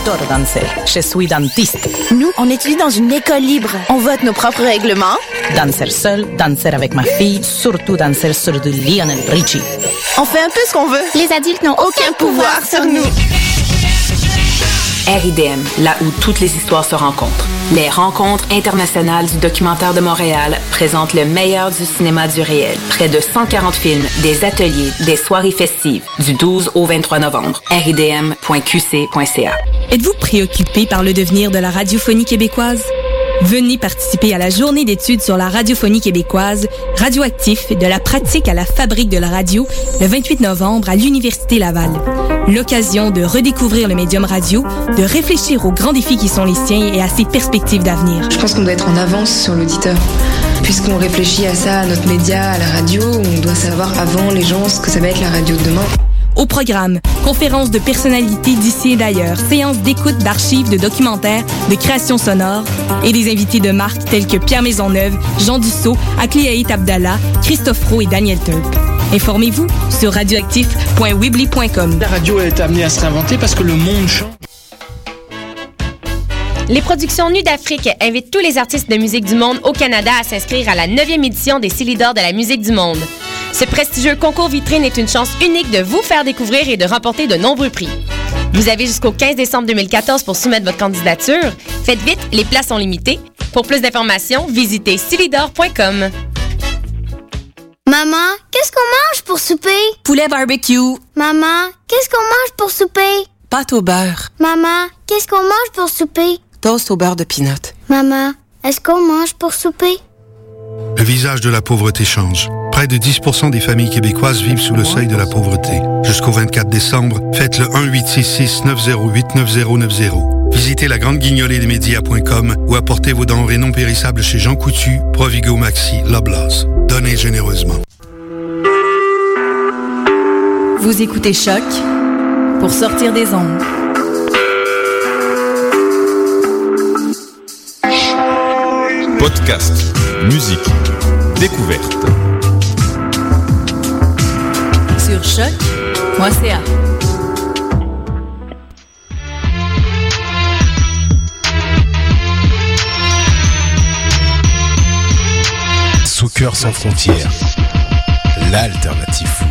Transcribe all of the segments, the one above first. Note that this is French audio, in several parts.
J'adore danser. Je suis dentiste. Nous, on étudie dans une école libre. On vote nos propres règlements. Danser seul, danser avec ma fille, surtout danser sur du Lionel Richie. On fait un peu ce qu'on veut. Les adultes n'ont aucun pouvoir sur nous. RIDM, là où toutes les histoires se rencontrent. Les Rencontres internationales du documentaire de Montréal présentent le meilleur du cinéma du réel. Près de 140 films, des ateliers, des soirées festives, du 12 au 23 novembre. ridm.qc.ca. Êtes-vous préoccupé par le devenir de la radiophonie québécoise? Venez participer à la journée d'études sur la radiophonie québécoise, radioactif, de la pratique à la fabrique de la radio, le 28 novembre à l'Université Laval. L'occasion de redécouvrir le médium radio, de réfléchir aux grands défis qui sont les siens et à ses perspectives d'avenir. Je pense qu'on doit être en avance sur l'auditeur. Puisqu'on réfléchit à ça, à notre média, à la radio, on doit savoir avant les gens ce que ça va être la radio de demain. Au programme, conférences de personnalités d'ici et d'ailleurs, séances d'écoute d'archives, de documentaires, de créations sonores et des invités de marque tels que Pierre Maisonneuve, Jean Dussault, Akliaït Abdallah, Christophe Roux et Daniel Tulp. Informez-vous sur radioactif.weebly.com. La radio est amenée à se réinventer parce que le monde change. Les productions Nues d'Afrique invitent tous les artistes de musique du monde au Canada à s'inscrire à la 9e édition des Silidor de la musique du monde. Ce prestigieux concours vitrine est une chance unique de vous faire découvrir et de remporter de nombreux prix. Vous avez jusqu'au 15 décembre 2014 pour soumettre votre candidature. Faites vite, les places sont limitées. Pour plus d'informations, visitez silidor.com. Maman, qu'est-ce qu'on mange pour souper? Poulet barbecue. Maman, qu'est-ce qu'on mange pour souper? Pâte au beurre. Maman, qu'est-ce qu'on mange pour souper? Toast au beurre de peanut. Maman, est-ce qu'on mange pour souper? Le visage de la pauvreté change. Près de 10% des familles québécoises vivent sous le seuil de la pauvreté. Jusqu'au 24 décembre, faites le 1-866-908-9090. Visitez la grande guignolée des médias.com ou apportez vos denrées non périssables chez Jean Coutu, Provigo Maxi, Loblaws. Donnez généreusement. Vous écoutez Choc pour sortir des ondes. Podcast, musique, découverte. Sur choc.ca. Soccer sans frontières, l'alternative foot.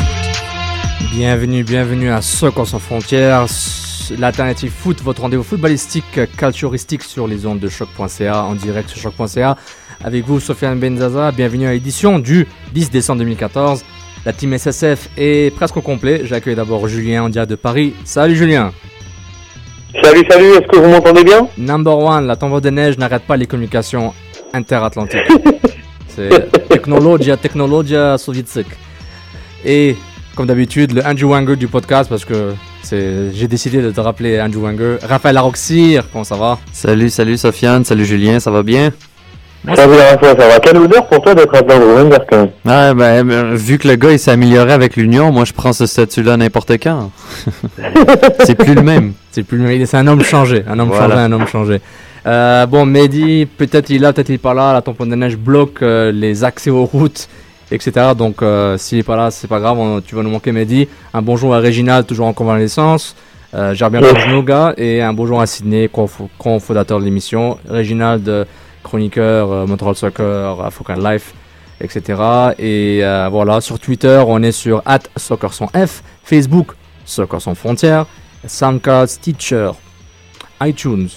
Bienvenue à Soccer sans frontières, l'alternative foot, votre rendez-vous footballistique, culturistique sur les ondes de choc.ca, en direct sur choc.ca. Avec vous, Sofiane Benzaza, bienvenue à l'édition du 10 décembre 2014. La team SSF est presque au complet. J'accueille d'abord Julien en direct de Paris. Salut Julien. Salut, est-ce que vous m'entendez bien? Number one, la tempête de neige n'arrête pas les communications interatlantiques. C'est technologia soviétique. Et comme d'habitude, le Andrew Wanger du podcast, parce que j'ai décidé de te rappeler Andrew Wanger. Raphaël Laroxir, comment ça va? Salut Sofiane, salut Julien, ça va bien? Salut Raphaël, ça va? Quelle odeur pour toi d'être appelé Andrew Wanger quand même? Ouais, vu que le gars il s'est amélioré avec l'Union, moi je prends ce statut-là n'importe quand. C'est plus le même. C'est un homme changé, un homme changé. Bon, Mehdi, peut-être il est là, peut-être il n'est pas là. La tempête de neige bloque les accès aux routes, etc. Donc, s'il n'est pas là, c'est pas grave, tu vas nous manquer, Mehdi. Un bonjour à Réginald, toujours en convalescence. Gerbian Kojnoga, et un bonjour à Sydney, co-fondateur de l'émission. Réginald, chroniqueur, Montreal Soccer, African Life, etc. Et voilà, sur Twitter, on est sur @SoccerSansF, Facebook, Soccer sans frontières, SoundCloud, Stitcher, iTunes.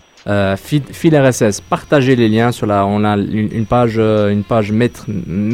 Fil RSS, partagez les liens on a une page maître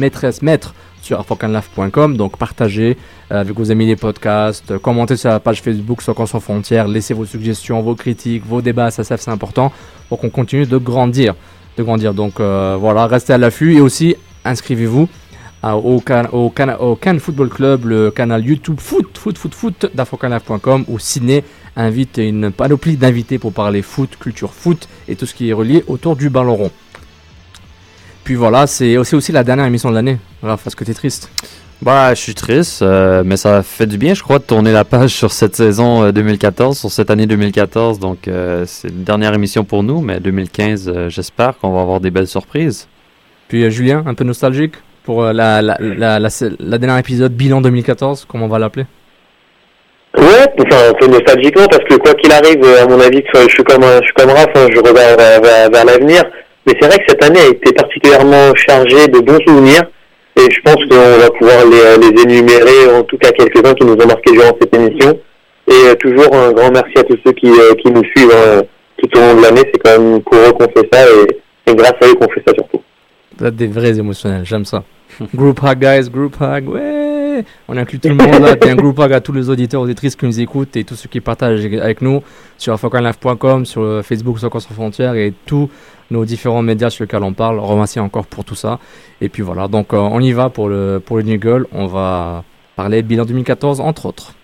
sur africanlife.com, donc partagez avec vos amis les podcasts, commentez sur la page Facebook Soccer sans frontières, laissez vos suggestions, vos critiques, vos débats SSF, c'est important pour qu'on continue de grandir. Donc voilà, restez à l'affût et aussi inscrivez-vous au Cannes Football Club, le canal YouTube foot d'africanlife.com, où Sydney invite une panoplie d'invités pour parler foot, culture foot et tout ce qui est relié autour du ballon rond. Puis voilà, c'est aussi la dernière émission de l'année. Raph, est-ce que t'es triste? Je suis triste, mais ça fait du bien, je crois, de tourner la page sur cette saison 2014, sur cette année 2014. Donc, c'est une dernière émission pour nous, mais 2015, j'espère qu'on va avoir des belles surprises. Puis Julien, un peu nostalgique pour la dernière épisode bilan 2014, comment on va l'appeler? Ouais, enfin, c'est nostalgiquement parce que quoi qu'il arrive, à mon avis, je suis comme Raph, je regarde vers l'avenir. Mais c'est vrai que cette année a été particulièrement chargée de bons souvenirs et je pense qu'on va pouvoir les énumérer, en tout cas quelques-uns qui nous ont marqués durant cette émission. Et toujours un grand merci à tous ceux qui nous suivent tout au long de l'année. C'est quand même pour eux qu'on fait ça et grâce à eux qu'on fait ça surtout. Vous êtes des vrais émotionnels, j'aime ça. Group hug, guys, group hug, ouais. On inclut tout le monde là. Puis un group hug à tous les auditeurs, auditrices qui nous écoutent et tous ceux qui partagent avec nous sur FocanLive.com, sur Facebook Soccer Sans Frontières et tous nos différents médias sur lesquels on parle. Remercie encore pour tout ça. Et puis voilà, donc on y va pour le Nigel. On va parler bilan 2014 entre autres.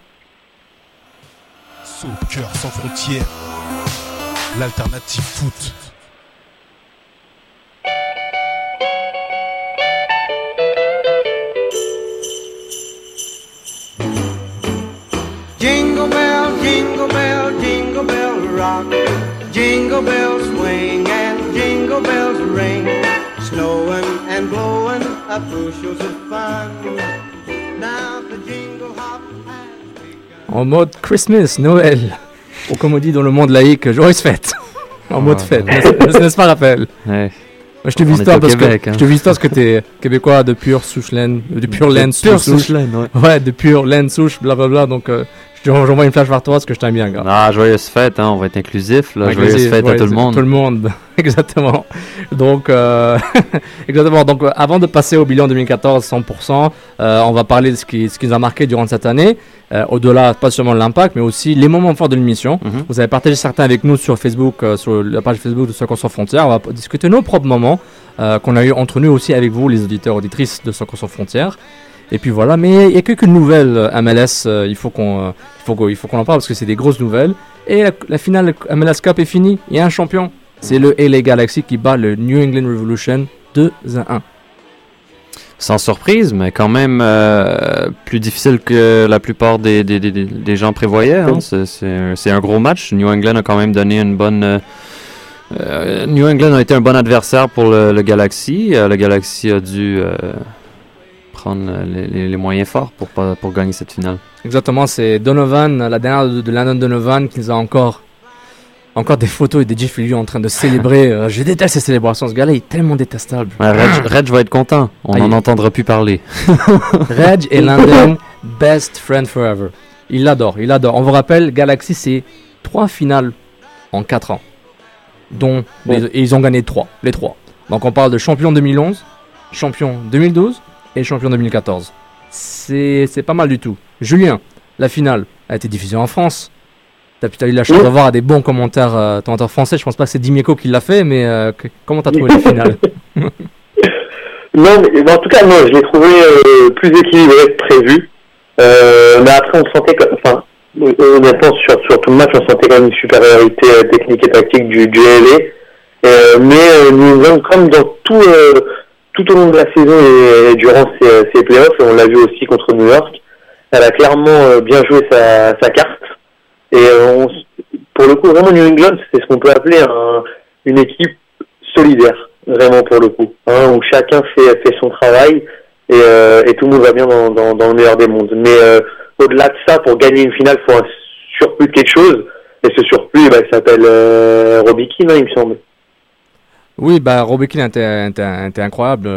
Soccer Sans Frontières, l'alternative foot. Jingle bell, jingle bell, jingle bell rock. Jingle bells swing and jingle bells ring. Snowing and blowing up bushels of fun. Now the jingle hop has begun. En mode Christmas, Noël. Ou comme on dit dans le monde laïque, joyeuse fête. En mode fête, n'est-ce pas, Raphaël? Ouais. Je te vis toi parce que t'es québécois de pure souche laine, de pure laine souche. Ouais, de pure laine souche, blablabla. Donc j'envoie une flash vers toi parce que je t'aime bien, gars. Ah, joyeuse fête, hein, on va être inclusif, là. Joyeuse fête à tout le monde. Tout le monde, exactement. Donc, exactement. Donc, avant de passer au bilan 2014 100%, on va parler de ce qui nous a marqué durant cette année. Au-delà, pas seulement de l'impact, mais aussi les moments forts de l'émission. Vous avez partagé certains avec nous sur Facebook, sur la page Facebook de Soccer Sans Frontières. On va discuter nos propres moments qu'on a eu entre nous aussi avec vous, les auditeurs auditrices de Soccer Sans Frontières. Et puis voilà, mais il y a quelques nouvelles MLS, il faut qu'on en parle parce que c'est des grosses nouvelles. Et la finale MLS Cup est finie, il y a un champion. C'est le LA Galaxy qui bat le New England Revolution 2-1. Sans surprise, mais quand même plus difficile que la plupart des gens prévoyaient. Hein. C'est un gros match. New England a quand même donné une bonne... New England a été un bon adversaire pour le Galaxy. Le Galaxy a dû prendre les moyens forts pour gagner cette finale. Exactement, c'est Donovan, la dernière de Landon Donovan qui nous a encore des photos et des gifs lui en train de célébrer. Je déteste ces célébrations, ce gars-là il est tellement détestable. Ouais, Reg va être content, on n'en entendra plus parler. Reg et Landon, best friend forever. Il l'adore. On vous rappelle, Galaxy c'est 3 finales en 4 ans, dont ils ont gagné 3, les 3. Donc on parle de champion 2011, champion 2012 et champion 2014. C'est pas mal du tout. Julien, la finale a été diffusée en France. T'as eu la chance d'avoir des bons commentaires français. Je pense pas que c'est Dimeco qui l'a fait, mais comment t'as trouvé la finale? Non, mais en tout cas, je l'ai trouvé plus équilibré que prévu. Mais après, on sentait honnêtement, sur tout le match, on sentait quand même une supériorité technique et tactique du LA. Mais nous avons, comme dans tout au long de la saison et durant ces playoffs, et on l'a vu aussi contre New York, elle a clairement bien joué sa carte. Et pour le coup, vraiment, New England, c'est ce qu'on peut appeler une équipe solidaire, vraiment pour le coup, où chacun fait son travail et tout le monde va bien dans le meilleur des mondes. Mais au-delà de ça, pour gagner une finale, il faut un surplus de quelque chose. Et ce surplus, il s'appelle Robbie Keane, il me semble. Oui, Robbie Keane était incroyable.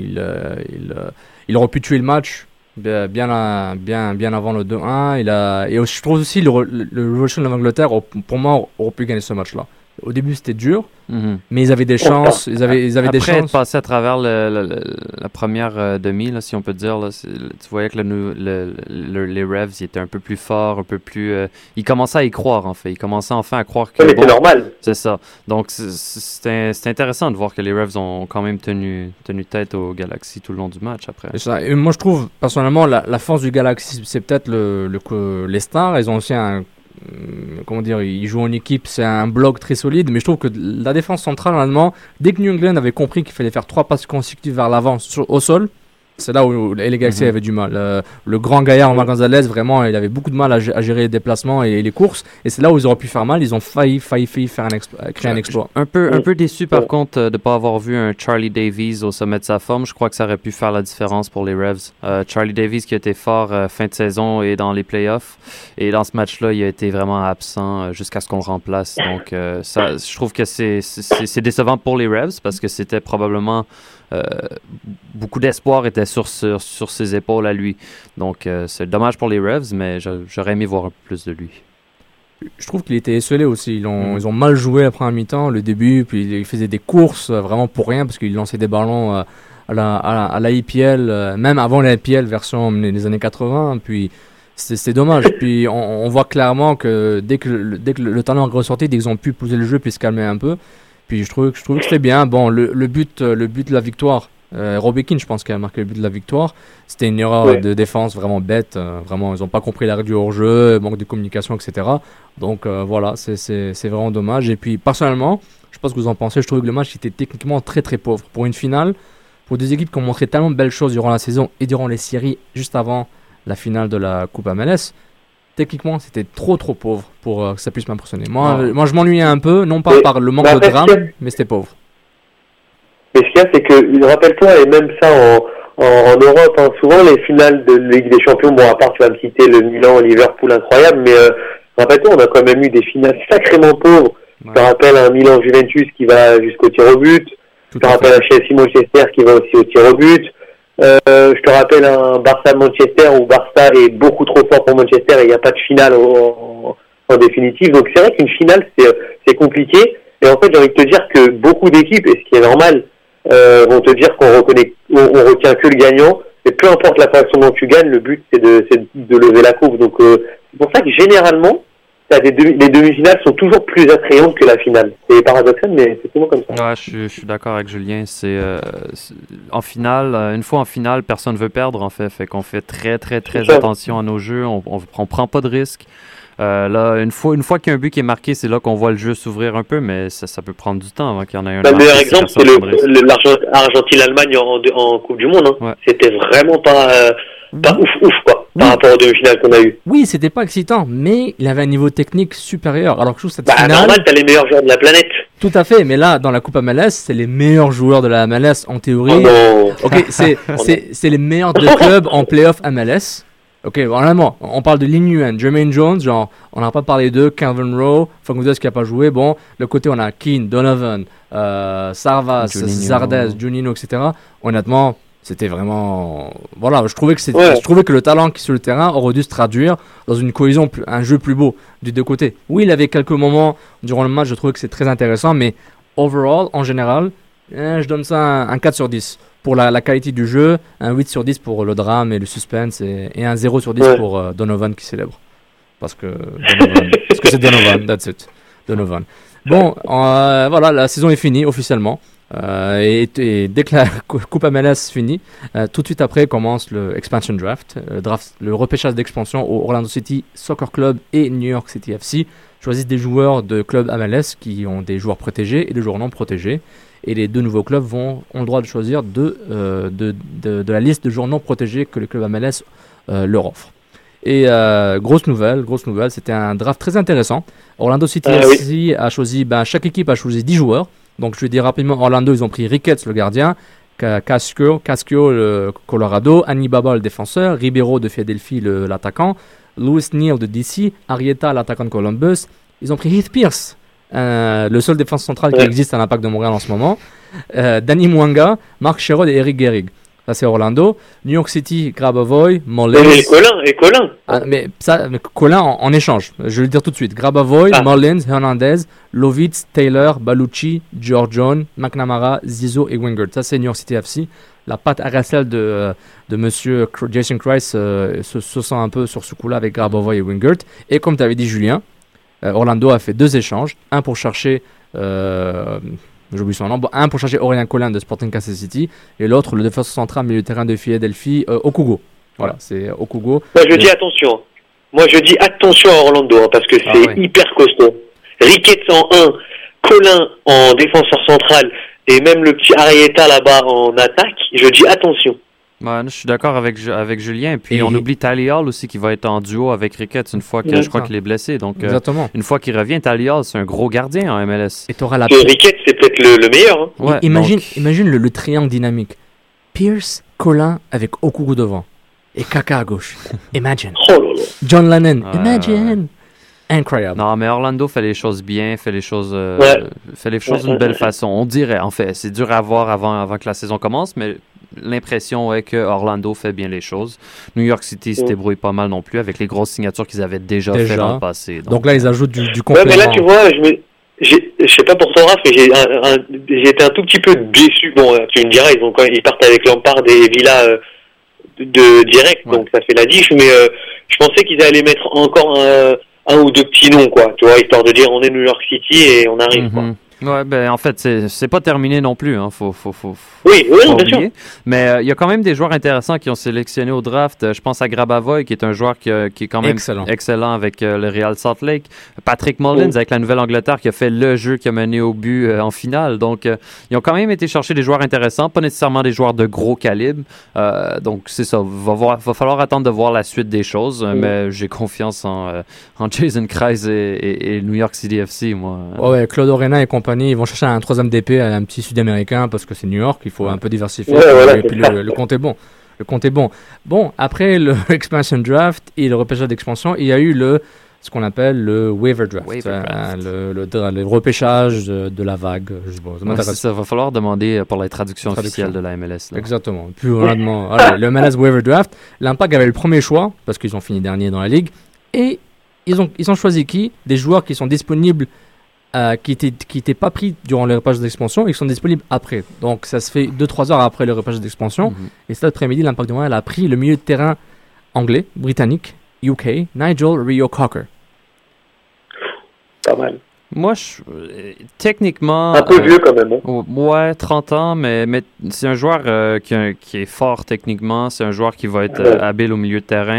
Il aurait pu tuer le match bien avant le 2-1. Et je trouve aussi le Revolution de l'Angleterre, pour moi, aurait pu gagner ce match-là. Au début, c'était dur, mais ils avaient des chances. Ils avaient des chances. Après, passer à travers la première demi, là, si on peut dire, là, tu voyais que les Revs ils étaient un peu plus forts, un peu plus... ils commençaient à y croire, en fait. Ils commençaient enfin à croire que... Mais c'est normal. C'est ça. Donc, c'est intéressant de voir que les Revs ont quand même tenu tête au Galaxy tout le long du match, après. C'est ça. Et moi, je trouve, personnellement, la force du Galaxy, c'est peut-être les stars. Ils ont aussi ils jouent en équipe, c'est un bloc très solide, mais je trouve que la défense centrale, honnêtement, dès que New England avait compris qu'il fallait faire 3 passes consécutives vers l'avant au sol, C'est là où les Galaxy avaient du mal. Le grand gaillard Omar Gonzalez, vraiment, il avait beaucoup de mal à gérer les déplacements et les courses. Et c'est là où ils auraient pu faire mal. Ils ont failli faire créer un exploit. Un peu déçu par contre de ne pas avoir vu un Charlie Davies au sommet de sa forme. Je crois que ça aurait pu faire la différence pour les Revs. Charlie Davies qui a été fort fin de saison et dans les playoffs. Et dans ce match-là, il a été vraiment absent jusqu'à ce qu'on le remplace. Donc je trouve que c'est décevant pour les Revs parce que c'était probablement... beaucoup d'espoir était sur ses épaules à lui. Donc, c'est dommage pour les Revs, mais j'aurais aimé voir un peu plus de lui. Je trouve qu'il était esselé aussi. Ils ont mal joué la première mi-temps, le début, puis ils faisaient des courses vraiment pour rien, parce qu'ils lançaient des ballons à la IPL, même avant la IPL version des années 80, puis c'est dommage. Puis on voit clairement que dès que le talent est ressorti, dès qu'ils ont pu poser le jeu puis se calmer un peu, puis je trouve que c'était bien. Bon, le but de la victoire, Robbie Keane, je pense, qui a marqué le but de la victoire. C'était une erreur de défense vraiment bête. Vraiment, ils n'ont pas compris l'arrêt du hors-jeu, manque de communication, etc. Donc voilà, c'est vraiment dommage. Et puis personnellement, je sais pas ce que vous en pensez, je trouve que le match était techniquement très très pauvre. Pour une finale, pour des équipes qui ont montré tellement de belles choses durant la saison et durant les séries juste avant la finale de la Coupe MLS, techniquement, c'était trop pauvre pour que ça puisse m'impressionner. Moi, je m'ennuyais un peu, non pas par le manque de drame, mais c'était pauvre. Mais ce qu'il y a, c'est que, rappelle-toi, et même ça en Europe, hein, souvent les finales de Ligue des Champions, bon, à part, tu vas me citer le Milan, Liverpool, incroyable, mais rappelle-toi, on a quand même eu des finales sacrément pauvres. Je te rappelle un Milan-Juventus qui va jusqu'au tir au but. Je te rappelle un Chelsea-Manchester qui va aussi au tir au but. Je te rappelle un Barça-Manchester où Barça est beaucoup trop fort pour Manchester et il n'y a pas de finale en définitive. Donc c'est vrai qu'une finale c'est compliqué. Et en fait j'ai envie de te dire que beaucoup d'équipes, et ce qui est normal, vont te dire qu'on retient que le gagnant. Et peu importe la façon dont tu gagnes, le but c'est de lever la coupe. Donc c'est pour ça que généralement les demi-finales sont toujours plus attrayantes que la finale. C'est paradoxal, mais c'est souvent comme ça. Ouais, je suis d'accord avec Julien. C'est en finale, une fois en finale, personne ne veut perdre en fait. Fait qu'on fait très attention à nos jeux. On prend pas de risques. Là, une fois qu'il y a un but qui est marqué, c'est là qu'on voit le jeu s'ouvrir un peu, mais ça peut prendre du temps avant qu'il y en ait un. Le meilleur exemple, c'est l'Argentine-Allemagne en Coupe du Monde. Hein. Ouais. C'était vraiment pas ouf quoi. Par rapport aux demi-finales qu'on a eues. Oui, c'était pas excitant, mais il avait un niveau technique supérieur. Alors que je trouve cette finale... normal, t'as les meilleurs joueurs de la planète. Tout à fait, mais là, dans la Coupe MLS, c'est les meilleurs joueurs de la MLS en théorie. Oh non. Ok, c'est les meilleurs de clubs en playoff MLS. Ok, vraiment, on parle de Lin Yuan, Jermaine Jones, genre, on n'a pas parlé d'eux, Calvin Rowe, Fagundes qui n'a pas joué. Bon, le côté, on a Keane, Donovan, Sarvas, Zardes, Juninho, etc. Honnêtement... C'était vraiment... Voilà, je trouvais que le talent qui est sur le terrain aurait dû se traduire dans une cohésion, un jeu plus beau des deux côtés. Oui, il avait quelques moments durant le match, je trouvais que c'est très intéressant, mais overall, en général, je donne ça un 4 sur 10 pour la qualité du jeu, un 8 sur 10 pour le drame et le suspense, et un 0 sur 10 pour Donovan qui célèbre. Parce que c'est Donovan, that's it. Donovan. Bon, voilà, la saison est finie officiellement. Et dès que la Coupe MLS finit, tout de suite après commence le expansion draft, le repêchage d'expansion au Orlando City Soccer Club et New York City FC choisissent des joueurs de clubs MLS qui ont des joueurs protégés et des joueurs non protégés, et les deux nouveaux clubs ont le droit de choisir de la liste de joueurs non protégés que le club MLS leur offre. Et grosse nouvelle, c'était un draft très intéressant. Orlando City FC a choisi, chaque équipe a choisi 10 joueurs. Donc, je vais dire rapidement, Orlando, ils ont pris Ricketts, le gardien, Cascio, le Colorado, Anibaba, le défenseur, Ribeiro de Philadelphie, l'attaquant, Louis Neal de DC, Arrieta, l'attaquant de Columbus. Ils ont pris Heath Pierce, le seul défense central qui existe à l'Impact de Montréal en ce moment, Danny Mwanga, Mark Sherrod et Eric Gehrig. Ça, c'est Orlando. New York City, Grabavoy, Mullins. Et Colin. Mais Colin en échange. Je vais le dire tout de suite. Grabavoy, Mullins, Hernandez, Lovitz, Taylor, Balucci, Georgion, McNamara, Zizou et Wingert. Ça, c'est New York City FC. La patte RSL de monsieur Jason Christ se sent un peu sur ce coup-là avec Grabavoy et Wingert. Et comme tu avais dit, Julien, Orlando a fait 2 échanges. Un pour chercher... j'oublie son nom. Un pour chercher Aurélien Collin de Sporting Kansas City et l'autre le défenseur central milieu de terrain de Philadelphie, Okugo. Voilà, c'est Okugo. Moi je dis attention. À Orlando parce que c'est hyper costaud. Ricketts en 1, Collin en défenseur central et même le petit Arrieta là-bas en attaque. Je dis attention. Ouais, je suis d'accord avec Julien. Et puis, on oublie Tally Hall aussi qui va être en duo avec Ricketts une fois que je crois qu'il est blessé. Donc, une fois qu'il revient, Tally Hall, c'est un gros gardien en MLS. Et t'auras la Ricketts, c'est peut-être le meilleur. Hein. Ouais, imagine le triangle dynamique. Pierce, Colin avec Okugu devant. Et Kaka à gauche. Imagine. John Lennon. Imagine. Incroyable. Non, mais Orlando fait les choses bien, fait les choses d'une belle façon. On dirait, en fait. C'est dur à voir avant que la saison commence, mais l'impression est que Orlando fait bien les choses. New York City se débrouille pas mal non plus avec les grosses signatures qu'ils avaient déjà fait dans le passé. Donc là, ils ajoutent du complément. Ouais, mais là, tu vois, je sais pas pour ton Raph, mais j'ai été un tout petit peu déçu. Bon, tu me diras, ils partent avec Lampard et Villa de direct, donc ça fait la diff, mais je pensais qu'ils allaient mettre encore un ou deux petits noms, quoi, tu vois, histoire de dire on est New York City et on arrive, quoi. Ouais, ben en fait, c'est pas terminé non plus, hein. Faut oui, bien sûr. Mais il y a quand même des joueurs intéressants qui ont sélectionné au draft. Je pense à Grabavoy, qui est un joueur qui est quand même excellent avec le Real Salt Lake. Patrick Mullins avec la Nouvelle-Angleterre qui a fait le jeu qui a mené au but en finale. Donc, ils ont quand même été chercher des joueurs intéressants, pas nécessairement des joueurs de gros calibre. Donc, c'est ça. Va falloir attendre de voir la suite des choses, mais j'ai confiance en Jason Kreis et New York City FC, moi. Ouais, Claude Orena et compagnie, ils vont chercher un troisième DP, un petit Sud-Américain, parce que c'est New York, il faut un peu diversifier. Et puis le compte est bon. Le compte est bon. Bon, après le expansion draft et le repêchage d'expansion, il y a eu ce qu'on appelle le waiver draft. Le repêchage de la vague. Ça va falloir demander pour la traduction officielle de la MLS. Là. Exactement. Puis honnêtement, le MLS waiver draft, l'Impact avait le premier choix, parce qu'ils ont fini dernier dans la ligue, et ils ont choisi qui? Des joueurs qui sont disponibles, qui étaient pas pris durant le repêchage d'expansion et qui sont disponibles après. Donc ça se fait 2-3 heures après le repêchage d'expansion. Et cet après-midi, l'Impact de Montréal a pris le milieu de terrain anglais, britannique, UK, Nigel Reo-Cocker. Pas mal. Moi, techniquement... Un peu vieux quand même. Hein. Ouais, 30 ans, mais c'est un joueur qui est fort techniquement. C'est un joueur qui va être habile au milieu de terrain.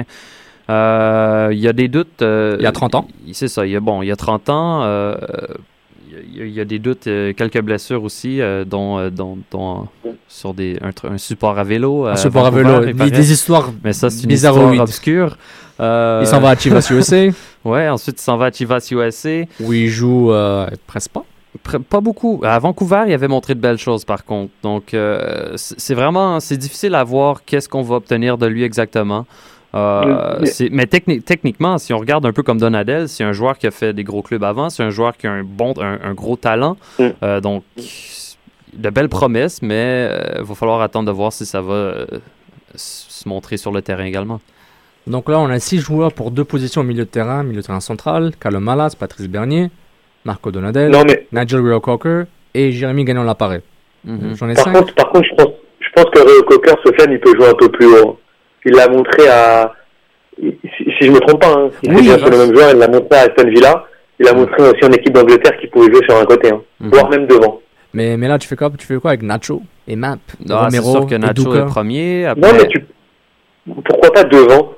Il y a des doutes. Il y a 30 ans. C'est ça. Il y a 30 ans. Il y a des doutes, quelques blessures aussi, dont sur un support à vélo. Un support à vélo, des histoires mais ça, c'est une histoire obscure. Il s'en va à Chivas USA. Ouais, ensuite il s'en va à Chivas USA. Où il joue presque pas. Pas beaucoup. À Vancouver, il avait montré de belles choses par contre. Donc, c'est difficile à voir qu'est-ce qu'on va obtenir de lui exactement. Mais techniquement, si on regarde un peu comme Donadel, c'est un joueur qui a fait des gros clubs avant, c'est un joueur qui a un gros talent, donc de belles promesses, mais il va falloir attendre de voir si ça va se montrer sur le terrain également. Donc là, on a 6 joueurs pour 2 positions au milieu de terrain central, Callum Malas, Patrice Bernier, Marco Donadel, Nigel Reo-Cocker et Jérémy Gagnon-Laparé. J'en ai 5. Par contre, je pense que Reo-Cocker, Sofiane, il peut jouer un peu plus haut. Il l'a montré si je me trompe pas, hein, c'est bien sur le même joueur, il l'a montré à Aston Villa, il l'a montré aussi en équipe d'Angleterre qu'il pouvait jouer sur un côté, voire même devant. Mais là, tu fais quoi avec Nacho et Map, Romero, c'est sûr que Nacho est le premier. Après... Non, mais pourquoi pas devant,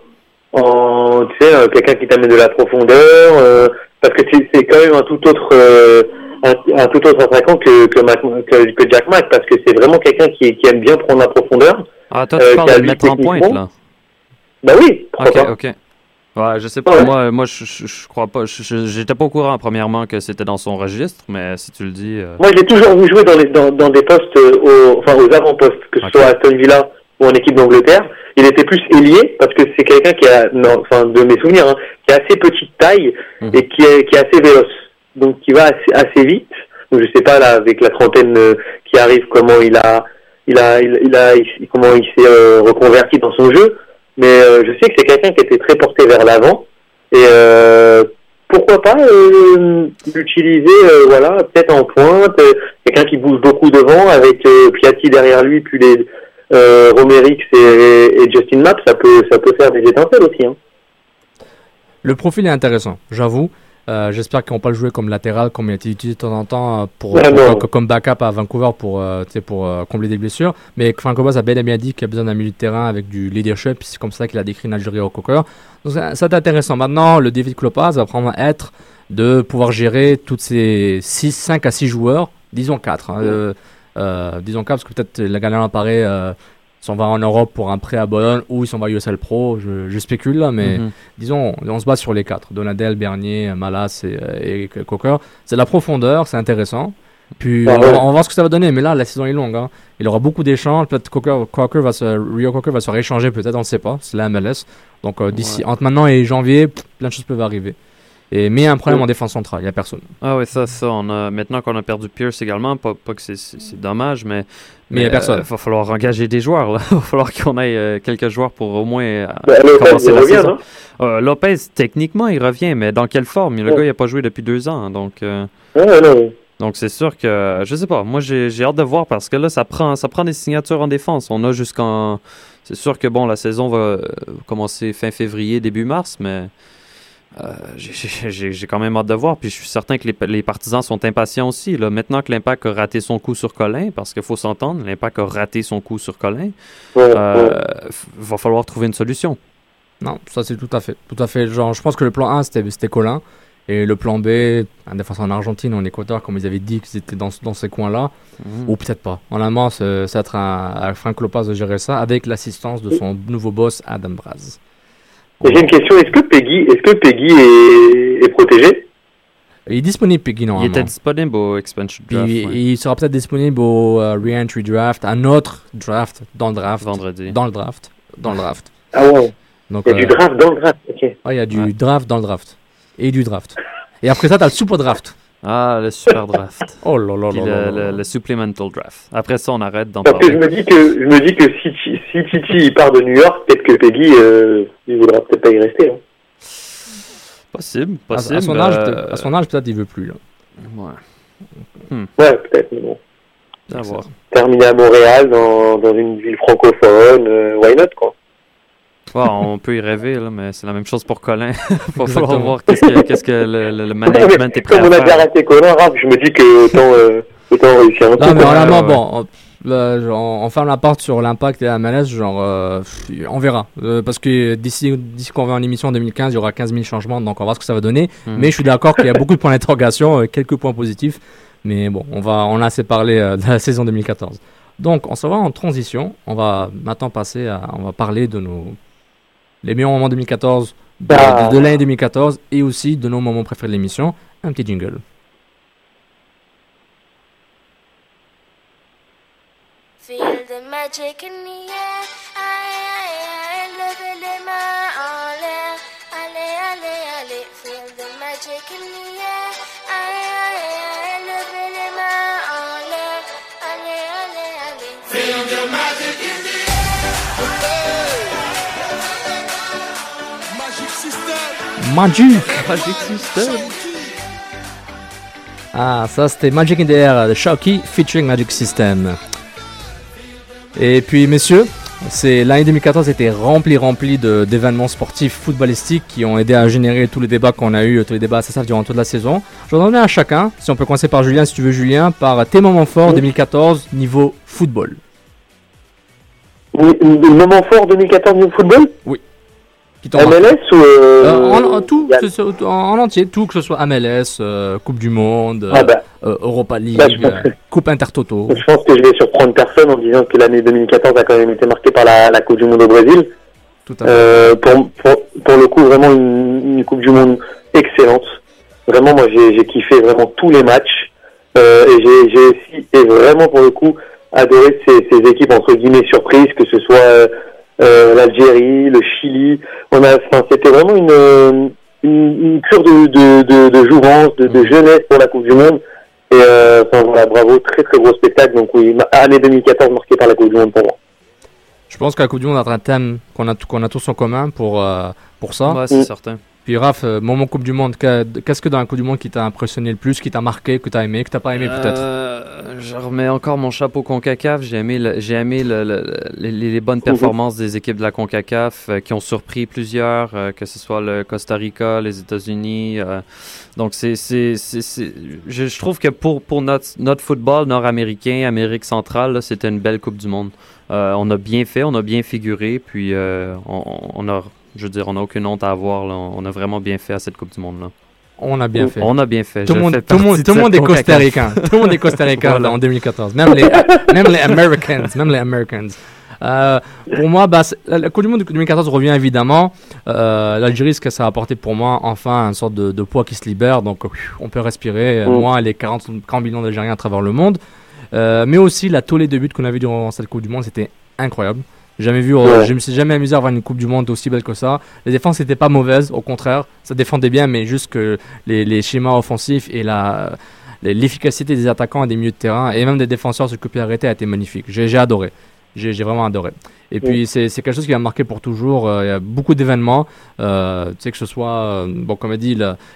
tu sais, quelqu'un qui t'amène de la profondeur, parce que c'est quand même un tout autre attaquant que Jack Mack, parce que c'est vraiment quelqu'un qui aime bien prendre la profondeur. Ah, toi, tu parles de le mettre en pointe, là? Bah oui, ok. Ouais, je sais pas, moi je crois pas, j'étais pas au courant premièrement que c'était dans son registre, mais si tu le dis... Moi, je l'ai toujours vu jouer dans des postes, aux avant-postes, que ce soit à Aston Villa ou en équipe d'Angleterre. Il était plus ailier, parce que c'est quelqu'un qui a, de mes souvenirs, qui a assez petite taille et qui est assez véloce, donc qui va assez vite. Donc je sais pas, là, avec la trentaine qui arrive, comment comment il s'est reconverti dans son jeu, mais je sais que c'est quelqu'un qui était très porté vers l'avant et pourquoi pas l'utiliser peut-être en pointe, quelqu'un qui bouge beaucoup devant avec Piatti derrière lui, puis les Romerix et Justin Mapp, ça peut faire des étincelles aussi. Le profil est intéressant, j'avoue. J'espère qu'ils vont pas le jouer comme latéral, comme il a été utilisé de temps en temps comme backup à Vancouver pour combler des blessures. Mais Franco Boss a bien dit qu'il a besoin d'un milieu de terrain avec du leadership. C'est comme ça qu'il a décrit Nigel Reo-Cocker. Donc ça c'est intéressant. Maintenant, le défi de Klopas va prendre à être de pouvoir gérer toutes ces 5 à 6 joueurs, disons 4. Disons 4 parce que peut-être la galère apparaît s'en va en Europe pour un prêt à Bologne ou il s'en va à USL Pro. Je spécule là, mais disons, on se base sur les 4. Donadel, Bernier, Malas et Cocker. C'est de la profondeur, c'est intéressant. Puis on va voir ce que ça va donner, mais là la saison est longue. Hein. Il aura beaucoup d'échanges. Peut-être Rio Cocker va se rééchanger, peut-être, on ne sait pas. C'est la MLS. Donc d'ici entre maintenant et janvier, plein de choses peuvent arriver. Mais il y a un problème en défense centrale, il n'y a personne. Ah oui, ça. Maintenant qu'on a perdu Pierce également, pas que c'est dommage, mais il n'y a personne. Il va falloir engager des joueurs. Il va falloir qu'on ait quelques joueurs pour au moins commencer la saison. Lopez, techniquement, il revient, mais dans quelle forme? Le gars, il n'a pas joué depuis 2 ans, donc... Donc c'est sûr que, je sais pas, moi j'ai hâte de voir parce que là ça prend des signatures en défense. On a jusqu'en... C'est sûr que bon, la saison va commencer fin février, début mars, mais j'ai quand même hâte de voir. Puis je suis certain que les partisans sont impatients aussi. Là. Maintenant que l'Impact a raté son coup sur Collin, parce qu'il faut s'entendre, l'Impact a raté son coup sur Collin, va falloir trouver une solution. Non, ça c'est tout à fait. Genre, je pense que le plan 1 c'était Collin. Et le plan B, un défenseur en Argentine, en Équateur, comme ils avaient dit qu'ils étaient dans ces coins-là, ou peut-être pas. En allemand, ça va être à Frank Lopez de gérer ça, avec l'assistance de son nouveau boss, Adam Braz. J'ai une question, est-ce que Peggy est protégé? Il est disponible, Peggy, normalement. Il était disponible au Expansion Draft. Il sera peut-être disponible au Re-Entry Draft, un autre draft, dans le draft. Vendredi. Dans le draft. Ah ouais. Donc, il y a du draft dans le draft, ok. Il y a du draft dans le draft. Et du draft. Et après ça, t'as le super draft. Ah, le super draft. Oh là là là. Le supplemental draft. Après ça, on arrête d'en parler. Parce que je me dis que si Titi il part de New York, peut-être que Peggy il voudra peut-être pas y rester. Hein. Possible. À son âge, peut-être il veut plus. Là. Ouais. Ouais, peut-être, mais bon. À voir. Terminer à Montréal, dans une ville francophone, why not, quoi. Ouais, on peut y rêver, là, mais c'est la même chose pour Collin. Il va falloir voir qu'est-ce que le management est prêt à faire. Comme on a déjà raté Collin, je me dis que autant réussir un peu. Non, mais vraiment, bon, on ferme la porte sur l'impact et la MLS, on verra. Parce que d'ici qu'on va en émission en 2015, il y aura 15 000 changements, donc on va voir ce que ça va donner. Mais je suis d'accord qu'il y a beaucoup de points d'interrogation, quelques points positifs. Mais bon, on a assez parlé de la saison 2014. Donc, on se va en transition. On va maintenant on va parler de les meilleurs moments 2014, de l'année 2014 et aussi de nos moments préférés de l'émission. Un petit jingle. Feel the magic in the air, levez les mains en l'air, allez, feel the magic in the air, levez les mains en l'air, allez, feel the magic in the air. Magic System. Ah, ça c'était Magic in the Air de Shocky featuring Magic System. Et puis messieurs, l'année 2014 était remplie d'événements sportifs footballistiques qui ont aidé à générer tous les débats qu'on a eu, tous les débats assez durant toute la saison. Je vais en donner à chacun, si on peut commencer par Julien, si tu veux Julien, par tes moments forts 2014 niveau football. Le moment fort 2014 niveau football? Oui. MLS ou en entier, tout, que ce soit MLS, Coupe du Monde, Europa League, Coupe Intertoto. Je pense que je vais surprendre personne en disant que l'année 2014 a quand même été marquée par la Coupe du Monde au Brésil. Tout à fait. Pour le coup, vraiment une Coupe du Monde excellente. Vraiment, moi j'ai kiffé vraiment tous les matchs et j'ai aussi vraiment pour le coup adoré ces équipes entre guillemets surprises, que ce soit l'Algérie, le Chili. C'était vraiment une cure de jouvence, de jeunesse pour la Coupe du Monde. Et voilà, bravo, très très gros spectacle. Donc oui, année 2014 marquée par la Coupe du Monde pour moi. Je pense que la Coupe du Monde a un thème qu'on a tous en commun pour ça. Ouais, c'est certain. Puis Raph, moment Coupe du Monde, qu'est-ce que dans la Coupe du Monde qui t'a impressionné le plus, qui t'a marqué, que t'as aimé, que t'as pas aimé peut-être? Je remets encore mon chapeau CONCACAF. J'ai aimé les bonnes performances des équipes de la CONCACAF qui ont surpris plusieurs, que ce soit le Costa Rica, les États-Unis. Donc je trouve que pour notre football nord-américain, Amérique centrale, là, c'était une belle Coupe du Monde. On a bien fait, on a bien figuré, puis on a aucune honte à avoir. Là. On a vraiment bien fait à cette Coupe du Monde-là. On a bien fait. On a bien fait. Tout le monde est costaricain. Tout le monde est costaricain en 2014. Même les Americans. Pour moi, la Coupe du Monde de 2014 revient évidemment. L'Algérie, ce que ça a apporté pour moi, enfin, une sorte de poids qui se libère. Donc, on peut respirer. Moi, les 40 millions d'Algériens à travers le monde. Mais aussi, la tollée de buts qu'on a vu durant cette Coupe du Monde, c'était incroyable. Je me suis jamais amusé à avoir une Coupe du Monde aussi belle que ça. Les défenses n'étaient pas mauvaises, au contraire, ça défendait bien, mais juste que les schémas offensifs et l'efficacité des attaquants et des milieux de terrain et même des défenseurs sur coup pied arrêté a été magnifique. J'ai adoré. J'ai vraiment adoré. Et puis c'est quelque chose qui va marquer pour toujours. Il y a beaucoup d'événements, tu sais, que ce soit, comme a dit,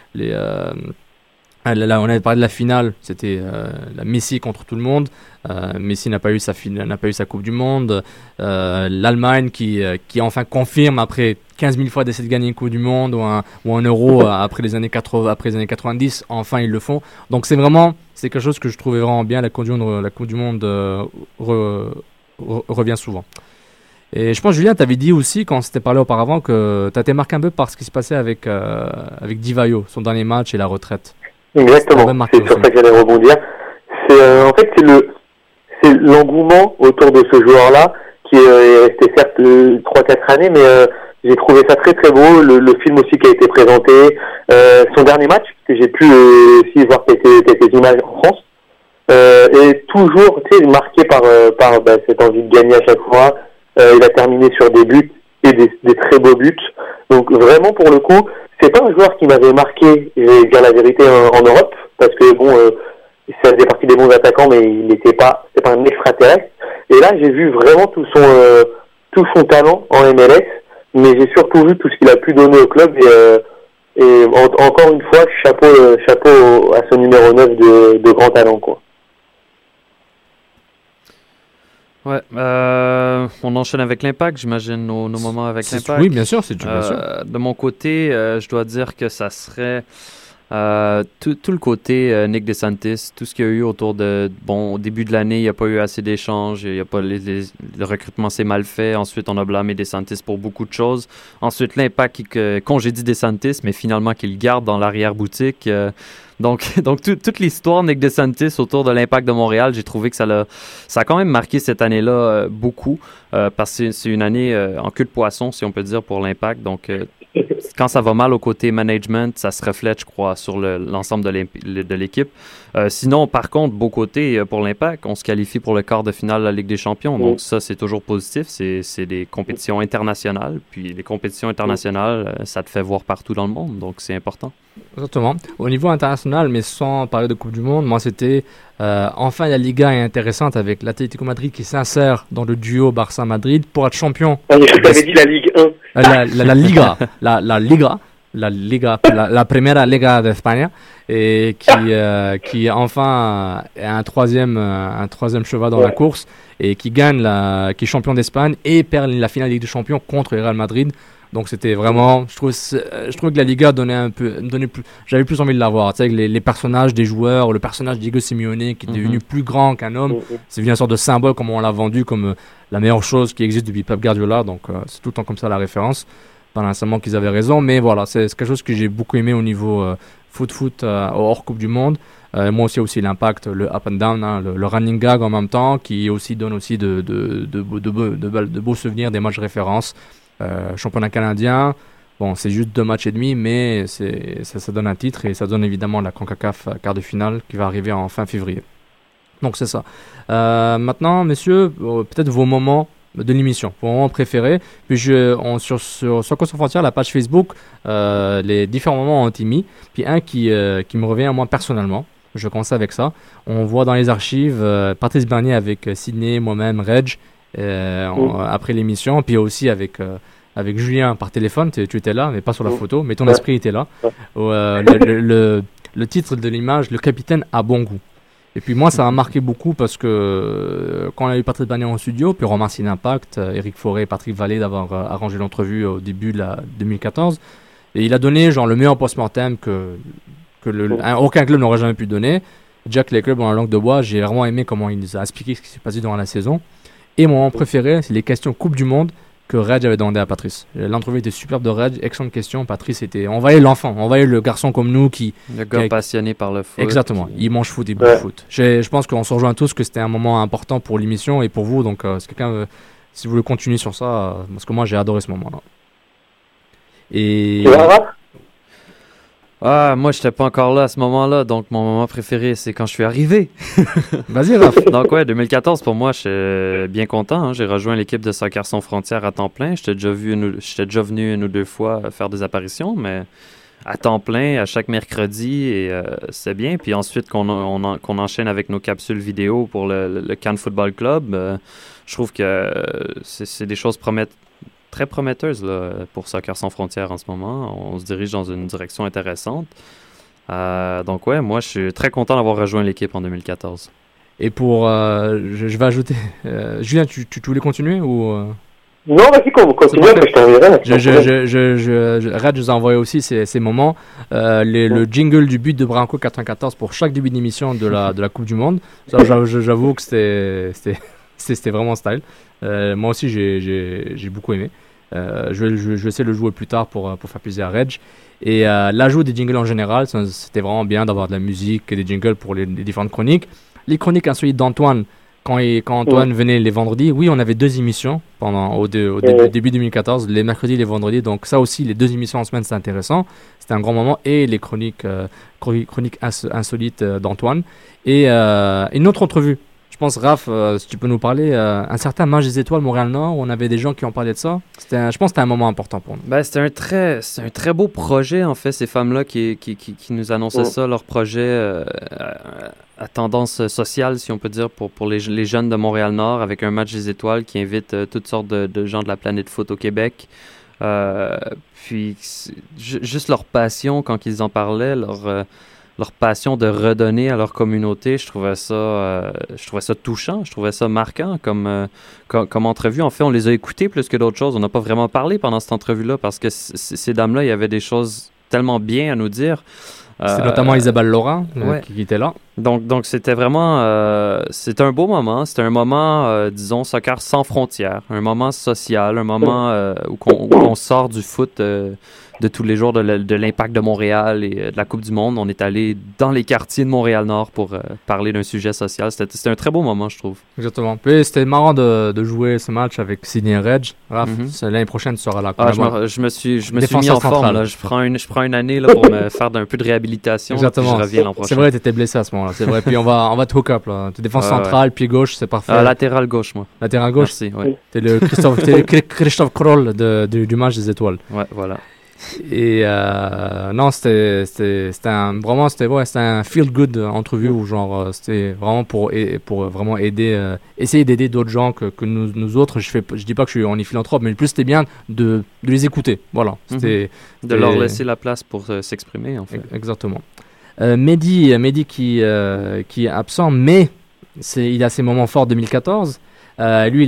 on avait parlé de la finale, c'était la Messi contre tout le monde. Messi n'a pas eu sa Coupe du Monde. L'Allemagne qui enfin confirme après 15 000 fois d'essayer de gagner une Coupe du Monde ou un Euro après les années 90, enfin ils le font. Donc c'est quelque chose que je trouvais vraiment bien. La Coupe du Monde revient souvent. Et je pense, Julien, tu avais dit aussi, quand on s'était parlé auparavant, que tu as été marqué un peu par ce qui se passait avec Di Vaio, son dernier match et la retraite. Exactement, c'est sur ça que j'allais rebondir. En fait, c'est l'engouement autour de ce joueur-là qui est resté certes 3-4 années, mais j'ai trouvé ça très très beau. Le film aussi qui a été présenté, son dernier match que j'ai pu aussi voir quelques images en France, et toujours, tu sais, marqué par cette envie de gagner à chaque fois. Il a terminé sur des buts et des très beaux buts. Donc vraiment, pour le coup, c'est pas un joueur qui m'avait marqué, je vais dire la vérité, en Europe, parce que ça faisait partie des bons attaquants, mais c'était pas un extraterrestre. Et là, j'ai vu vraiment tout son talent en MLS, mais j'ai surtout vu tout ce qu'il a pu donner au club, et encore une fois, chapeau à ce numéro 9 de grand talent, quoi. Ouais, on enchaîne avec l'Impact, j'imagine, nos moments avec l'Impact. Oui, bien sûr, c'est tout, bien sûr. De mon côté, je dois dire que ça serait tout le côté Nick DeSantis, tout ce qu'il y a eu autour au début de l'année, il n'y a pas eu assez d'échanges, il y a pas le recrutement s'est mal fait. Ensuite, on a blâmé DeSantis pour beaucoup de choses. Ensuite, l'Impact qui congédie DeSantis, mais finalement qu'il garde dans l'arrière-boutique. Donc toute l'histoire Nick DeSantis autour de l'Impact de Montréal, j'ai trouvé que ça a quand même marqué cette année-là beaucoup, parce que c'est une année en queue de poisson, si on peut dire, pour l'Impact. Donc, quand ça va mal au côté management, ça se reflète, je crois, sur l'ensemble de l'équipe. Sinon, par contre, beau côté pour l'Impact, on se qualifie pour le quart de finale de la Ligue des Champions. Donc ça, c'est toujours positif. C'est des compétitions internationales. Puis les compétitions internationales, ça te fait voir partout dans le monde. Donc c'est important. Exactement. Au niveau international, mais sans parler de Coupe du Monde, moi c'était enfin la Liga est intéressante avec l'Atlético Madrid qui s'insère dans le duo Barça-Madrid pour être champion. Je t'avais dit la Ligue 1. La Liga, la Liga, la Primera Liga d'Espagne, et qui enfin est un troisième cheval dans la course et qui gagne qui est champion d'Espagne et perd la finale de Ligue des Champions contre le Real Madrid. Donc c'était vraiment, je trouve que la Liga donnait plus, j'avais plus envie de la voir. Tu sais, avec les personnages des joueurs, le personnage d'Diego Simeone qui est devenu plus grand qu'un homme, c'est devenu une sorte de symbole comme on l'a vendu comme la meilleure chose qui existe depuis Pep Guardiola. Donc c'est tout le temps comme ça la référence. Pas nécessairement qu'ils avaient raison, mais voilà, c'est quelque chose que j'ai beaucoup aimé au niveau foot hors Coupe du Monde. Moi aussi l'impact, le up and down, hein, le running gag en même temps, qui aussi donne aussi de beaux souvenirs, des matchs références. Championnat canadien, bon, c'est juste 2 matchs et demi, mais ça donne un titre et ça donne évidemment la CONCACAF quart de finale qui va arriver en fin février. Donc c'est ça. Maintenant, messieurs, peut-être vos moments de l'émission, vos moments préférés. Puis sur Soccer Sans Frontières, la page Facebook, les différents moments ont été mis. Puis un qui me revient à moi personnellement. Je commence avec ça. On voit dans les archives Patrice Bernier avec Sydney, moi-même, Reg, après l'émission, puis aussi avec Julien par téléphone. Tu étais là, mais pas sur la photo, mais ton esprit était là. Le titre de l'image, le capitaine a bon goût. Et puis moi, ça m'a marqué beaucoup parce que quand on a eu Patrice Bernier en studio, puis on remercie l'Impact, Éric Forêt et Patrick Vallée d'avoir arrangé l'entrevue au début de la 2014, et il a donné genre le meilleur post-mortem que aucun club n'aurait jamais pu donner. Jack les clubs dans la langue de bois, j'ai vraiment aimé comment il nous a expliqué ce qui s'est passé durant la saison. Et mon moment préféré, c'est les questions Coupe du Monde que Reg avait demandé à Patrice. L'entrevue était superbe de Reg, excellente question. Patrice on voyait l'enfant, on voyait le garçon comme nous le gars passionné par le foot. Exactement, il mange foot et bouffe foot. Je pense qu'on se rejoint tous que c'était un moment important pour l'émission et pour vous, donc si quelqu'un si vous voulez continuer sur ça, parce que moi j'ai adoré ce moment-là. Et... Moi, j'étais pas encore là à ce moment-là, donc mon moment préféré, c'est quand je suis arrivé. Vas-y, Raph. Donc, 2014, pour moi, je suis bien content. Hein. J'ai rejoint l'équipe de Soccer Sans Frontières à temps plein. J'étais déjà venu 1 ou 2 fois faire des apparitions, mais à temps plein, à chaque mercredi, et c'est bien. Puis ensuite, qu'on enchaîne avec nos capsules vidéo pour le Cannes Football Club, je trouve que c'est des choses très prometteuse là, pour Soccer Sans Frontières en ce moment. On se dirige dans une direction intéressante. Donc moi je suis très content d'avoir rejoint l'équipe en 2014. Et pour... je vais ajouter... Julien, tu voulais continuer ou... Non, vas-y, continue, après je t'enverrai. Red, je vous ai envoyé aussi ces moments. Le jingle du but de Branco 94 pour chaque début d'émission de la Coupe du Monde. Ça, j'avoue que c'était vraiment style. Moi aussi, j'ai beaucoup aimé. Je vais essayer de le jouer plus tard pour faire plaisir à Reg. Et l'ajout des jingles en général, c'était vraiment bien d'avoir de la musique et des jingles pour les différentes chroniques. Les chroniques insolites d'Antoine, quand Antoine venait les vendredis, oui, on avait 2 émissions au début 2014, les mercredis et les vendredis. Donc ça aussi, les 2 émissions en semaine, c'était intéressant. C'était un grand moment. Et les chroniques insolites d'Antoine. Et une autre entrevue. Je pense, Raph, si tu peux nous parler, un certain Match des Étoiles Montréal-Nord, où on avait des gens qui ont parlé de ça. Je pense que c'était un moment important pour nous. C'était un très beau projet, en fait, ces femmes-là qui nous annonçaient ça, leur projet à tendance sociale, si on peut dire, pour les jeunes de Montréal-Nord, avec un Match des Étoiles qui invite toutes sortes de gens de la planète foot au Québec. Puis, juste leur passion, quand ils en parlaient, leur passion de redonner à leur communauté, je trouvais ça touchant, je trouvais ça marquant comme entrevue. En fait, on les a écoutés plus que d'autres choses. On n'a pas vraiment parlé pendant cette entrevue-là parce que ces dames-là, il y avait des choses tellement bien à nous dire. C'est notamment Isabelle Laurent qui était là. Donc c'était vraiment... c'était un beau moment. C'était un moment, disons, Soccer Sans Frontières. Un moment social, un moment où on sort du foot... de tous les jours de l'Impact de Montréal et de la Coupe du Monde. On est allé dans les quartiers de Montréal-Nord pour parler d'un sujet social. C'était un très beau moment, je trouve. Exactement. Puis c'était marrant de jouer ce match avec Sidney et Reg. Raph, l'année prochaine, tu seras là. Je me suis mis en forme. Là. Je prends une année là, pour me faire un peu de réhabilitation. Exactement. Puis je reviens l'an prochain. C'est vrai, tu étais blessé à ce moment-là. C'est vrai. Puis on va te hook up. Tu es défense centrale, pied gauche, c'est parfait. Latéral gauche, moi. Latéral gauche. Merci, ouais. T'es le Christophe Kroll du match des étoiles. Ouais, voilà. Et non, c'était un feel good entrevue où genre c'était vraiment pour vraiment aider, essayer d'aider d'autres gens que nous autres. Je dis pas on est philanthrope, mais plus c'était bien de les écouter. Voilà, de leur laisser la place pour s'exprimer en fait. Exactement. Mehdi qui est absent, mais il a ses moments forts 2014. Lui,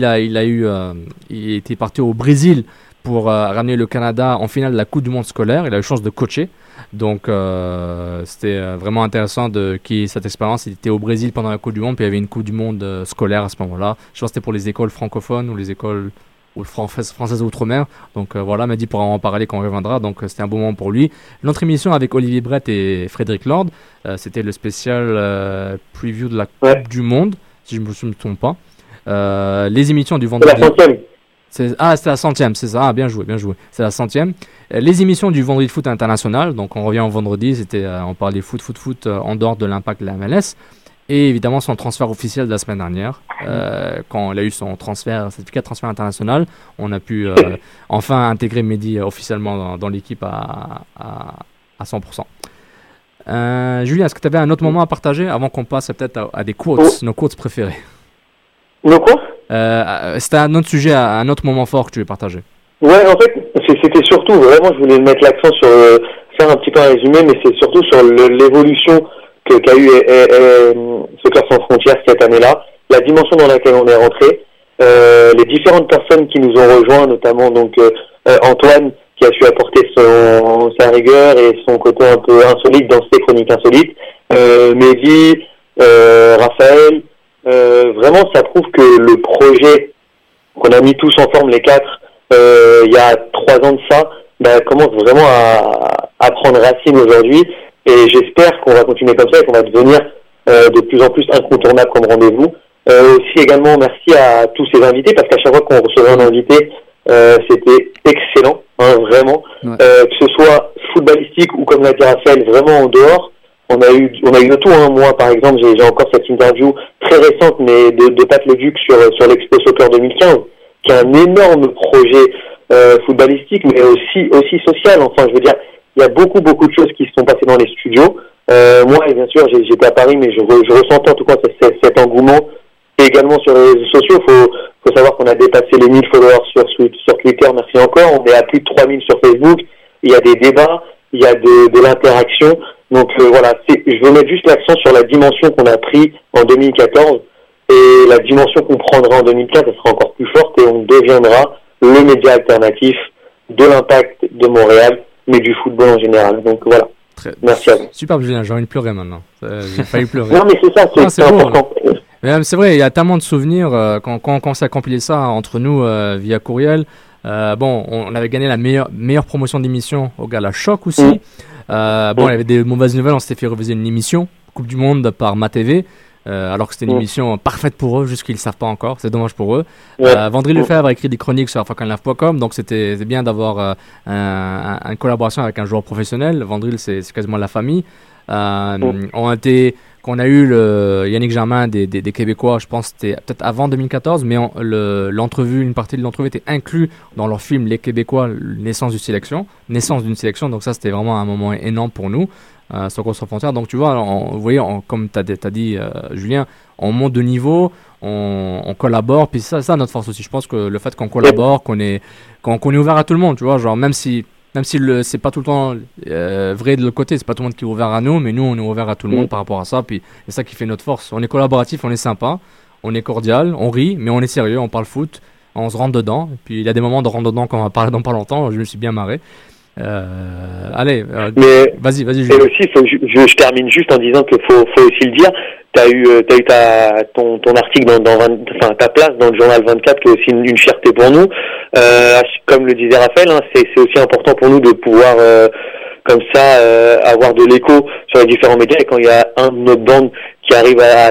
il était parti au Brésil pour ramener le Canada en finale de la Coupe du Monde scolaire. Il a eu chance de coacher. Donc, c'était vraiment intéressant cette expérience. Il était au Brésil pendant la Coupe du Monde, puis il y avait une Coupe du Monde scolaire à ce moment-là. Je pense que c'était pour les écoles francophones ou les écoles françaises outre-mer. Donc, voilà, Mehdi pourra en parler quand on reviendra. Donc, c'était un bon moment pour lui. Notre émission avec Olivier Brett et Frédéric Lord, c'était le spécial preview de la Coupe du Monde, si je ne me trompe pas. Les émissions du vendredi... C'est la 100e. C'était la 100e, c'est ça. Bien joué. C'est la 100e. Les émissions du vendredi de foot international, donc on revient au vendredi, on parlait foot en dehors de l'impact de la MLS. Et évidemment son transfert officiel de la semaine dernière. Quand il a eu son certificat de transfert international, on a pu enfin intégrer Mehdi officiellement dans l'équipe à 100%. Julien, est-ce que tu avais un autre moment à partager avant qu'on passe peut-être à des quotes, nos quotes préférés? Nos quotes? C'était un autre sujet, un autre moment fort que tu veux partager. Ouais, en fait, c'était surtout, vraiment, je voulais mettre l'accent sur, faire un petit peu un résumé, mais c'est surtout sur l'évolution qu'a eu Soccer Sans Frontières cette année-là, la dimension dans laquelle on est rentré, les différentes personnes qui nous ont rejoints, notamment donc Antoine, qui a su apporter sa rigueur et son côté un peu insolite dans ses chroniques insolites, Mehdi, Raphaël. Vraiment, ça prouve que le projet qu'on a mis tous en forme, les 4, il y a 3 ans de ça, commence vraiment à prendre racine aujourd'hui. Et j'espère qu'on va continuer comme ça et qu'on va devenir de plus en plus incontournable comme rendez-vous. Aussi également merci à tous ces invités, parce qu'à chaque fois qu'on recevait un invité, c'était excellent, hein, vraiment. Ouais. Que ce soit footballistique ou comme l'a dit Raphaël, vraiment en dehors. On a eu de tout, hein. Moi, par exemple, j'ai encore cette interview très récente, mais de Pat Leduc sur l'Expo Soccer 2015, qui est un énorme projet footballistique, mais aussi social. Enfin, je veux dire, il y a beaucoup de choses qui se sont passées dans les studios. Moi, bien sûr, j'étais à Paris, mais je ressentais en tout cas cet engouement. Et également sur les réseaux sociaux, faut savoir qu'on a dépassé les 1000 followers sur Twitter, merci encore. On est à plus de 3000 sur Facebook. Il y a des débats, il y a de l'interaction. Donc voilà, je veux mettre juste l'accent sur la dimension qu'on a pris en 2014 et la dimension qu'on prendra en 2015, elle sera encore plus forte et on deviendra le média alternatif de l'Impact de Montréal, mais du football en général. Donc voilà. Merci à vous. Super, Julien, j'ai envie de pleurer maintenant. J'ai failli pleurer. Non, mais c'est ça, c'est important. Mais c'est vrai, il y a tellement de souvenirs quand on s'est compilé ça entre nous via courriel. On avait gagné la meilleure promotion d'émission au Gala Choc aussi. Il y avait des mauvaises nouvelles, on s'était fait reviser une émission Coupe du Monde par MaTV. Alors que c'était une émission parfaite pour eux, juste qu'ils ne le savent pas encore, c'est dommage pour eux. Vendry Lefebvre a écrit des chroniques sur FacanLive.com, donc c'était bien d'avoir une collaboration avec un joueur professionnel. Vendry, c'est quasiment la famille. Qu'on a eu Yannick Germain des Québécois, je pense que c'était peut-être avant 2014, mais une partie de l'entrevue était inclue dans leur film Les Québécois, naissance d'une sélection. Donc ça, c'était vraiment un moment énorme pour nous. Soccer sans frontières. Donc tu vois, vous voyez, comme tu as dit Julien, on monte de niveau, on collabore, puis ça notre force aussi. Je pense que le fait qu'on collabore, qu'on est ouvert à tout le monde, tu vois, genre même si c'est pas tout le temps vrai de l'autre côté, c'est pas tout le monde qui est ouvert à nous, mais nous on est ouvert à tout le monde par rapport à ça, puis c'est ça qui fait notre force. On est collaboratif, on est sympa, on est cordial, on rit, mais on est sérieux, on parle foot, on se rentre dedans, et puis il y a des moments de rentre dedans qu'on va parler dans pas longtemps, je me suis bien marré. Allez, vas-y. Et aussi, je termine juste en disant qu'il faut aussi le dire. T'as eu ton article ta place dans le journal 24 qui est aussi une fierté pour nous. Comme le disait Raphaël, hein, c'est aussi important pour nous de pouvoir comme ça avoir de l'écho sur les différents médias. Et quand il y a un de nos bandes qui arrive à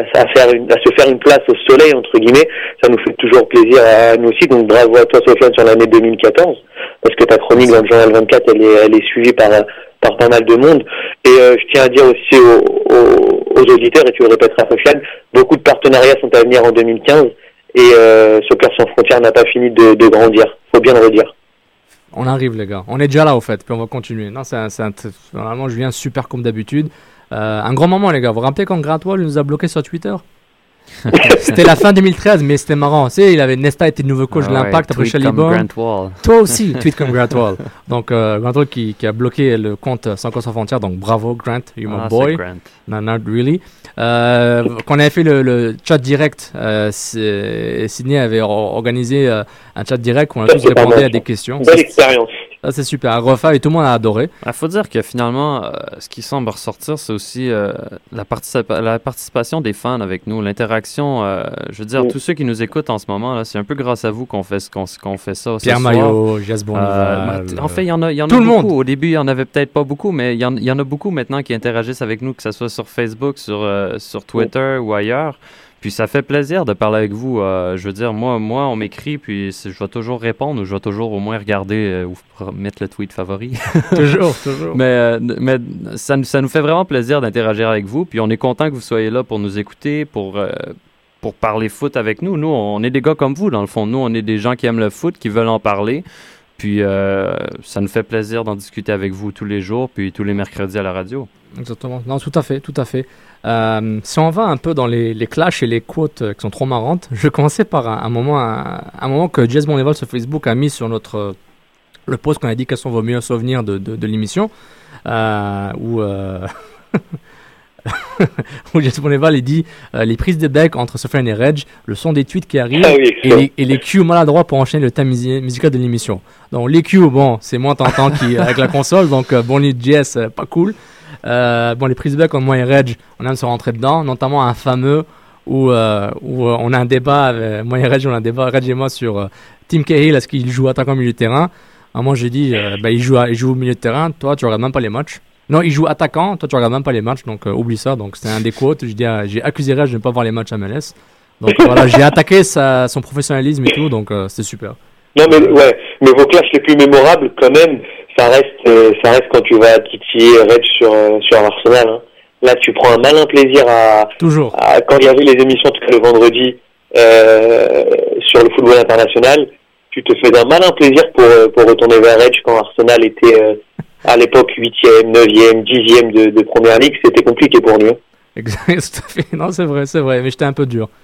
se faire une place au soleil entre guillemets, ça nous fait toujours plaisir à nous aussi. Donc bravo à toi Sofiane sur l'année 2014, parce que ta chronique dans le journal 24 elle est suivie par pas mal de monde. Et je tiens à dire aussi aux auditeurs, et tu le répéteras Sofiane, beaucoup de partenariats sont à venir en 2015 et Soccer sans frontières n'a pas fini de grandir, faut bien le redire. On arrive les gars, on est déjà là au fait, puis on va continuer. Non, vraiment Julien, super comme d'habitude. Un grand moment les gars, vous vous rappelez quand Grantwall nous a bloqué sur Twitter? C'était la fin 2013, mais c'était marrant. Tu sais, Nesta était le nouveau coach de l'Impact après Shelly-Bourne. Toi aussi, tweet comme Grantwall. Donc, Grantwall qui a bloqué le compte Soccer sans frontières. Donc, bravo, Grant. You're my boy. No, not really. Quand on avait fait le chat direct, Sydney avait organisé un chat direct où on a tous répondu à des questions. Belle expérience. Ça, c'est super. À refaire et tout le monde a adoré. Il faut dire que finalement, ce qui semble ressortir, c'est aussi la participation des fans avec nous, l'interaction. Je veux dire, tous ceux qui nous écoutent en ce moment, là, c'est un peu grâce à vous qu'on fait ça. Pierre Maillot, Jas Bournival. En fait, il y en a tout le beaucoup. Monde. Au début, il n'y en avait peut-être pas beaucoup, mais il y en a beaucoup maintenant qui interagissent avec nous, que ce soit sur Facebook, sur Twitter ou ailleurs. Puis ça fait plaisir de parler avec vous. Je veux dire, moi, on m'écrit, puis je vais toujours répondre, ou je vais toujours au moins regarder ou mettre le tweet favori. toujours. Mais ça nous fait vraiment plaisir d'interagir avec vous. Puis on est content que vous soyez là pour nous écouter, pour parler foot avec nous. Nous, on est des gars comme vous, dans le fond. Nous, on est des gens qui aiment le foot, qui veulent en parler. Puis ça nous fait plaisir d'en discuter avec vous tous les jours, puis tous les mercredis à la radio. Exactement. Non, tout à fait. Si on va un peu dans les clashs et les quotes qui sont trop marrantes, je vais commencer par un moment que Jas Bournival sur Facebook a mis sur le post qu'on a dit quels sont vos meilleurs souvenirs de l'émission, où Jas Bournival il dit les prises de bec entre Sofiane et Reg, le son des tweets qui arrivent et les cues maladroits pour enchaîner le thème musical de l'émission. Donc les cues, bon, c'est moins tentant avec la console, donc bon, les JS, pas cool. Les prises de bec entre moi et Reg, on aime se rentrer dedans, notamment un fameux où on a un débat, moi et Reg, Reg et moi sur Tim Cahill, est-ce qu'il joue attaquant au milieu de terrain. Alors moi j'ai dit, il joue au milieu de terrain, toi tu regardes même pas les matchs. Non, il joue attaquant, toi tu regardes même pas les matchs, donc oublie ça. Donc c'était un des quotes, j'ai accusé Reg de ne pas voir les matchs MLS. Donc voilà, j'ai attaqué son professionnalisme et tout, donc c'était super. Non mais mais vos clashs les plus mémorables quand même, ça reste quand tu vas titiller Reg sur Arsenal. Hein. Là, tu prends un malin plaisir toujours. Quand il y avait les émissions le vendredi sur le football international, tu te faisais un malin plaisir pour retourner vers Reg quand Arsenal était à l'époque 8e, 9e, 10e de première ligue. C'était compliqué pour nous. Exact, tout à fait. Non, c'est vrai. Mais j'étais un peu dur.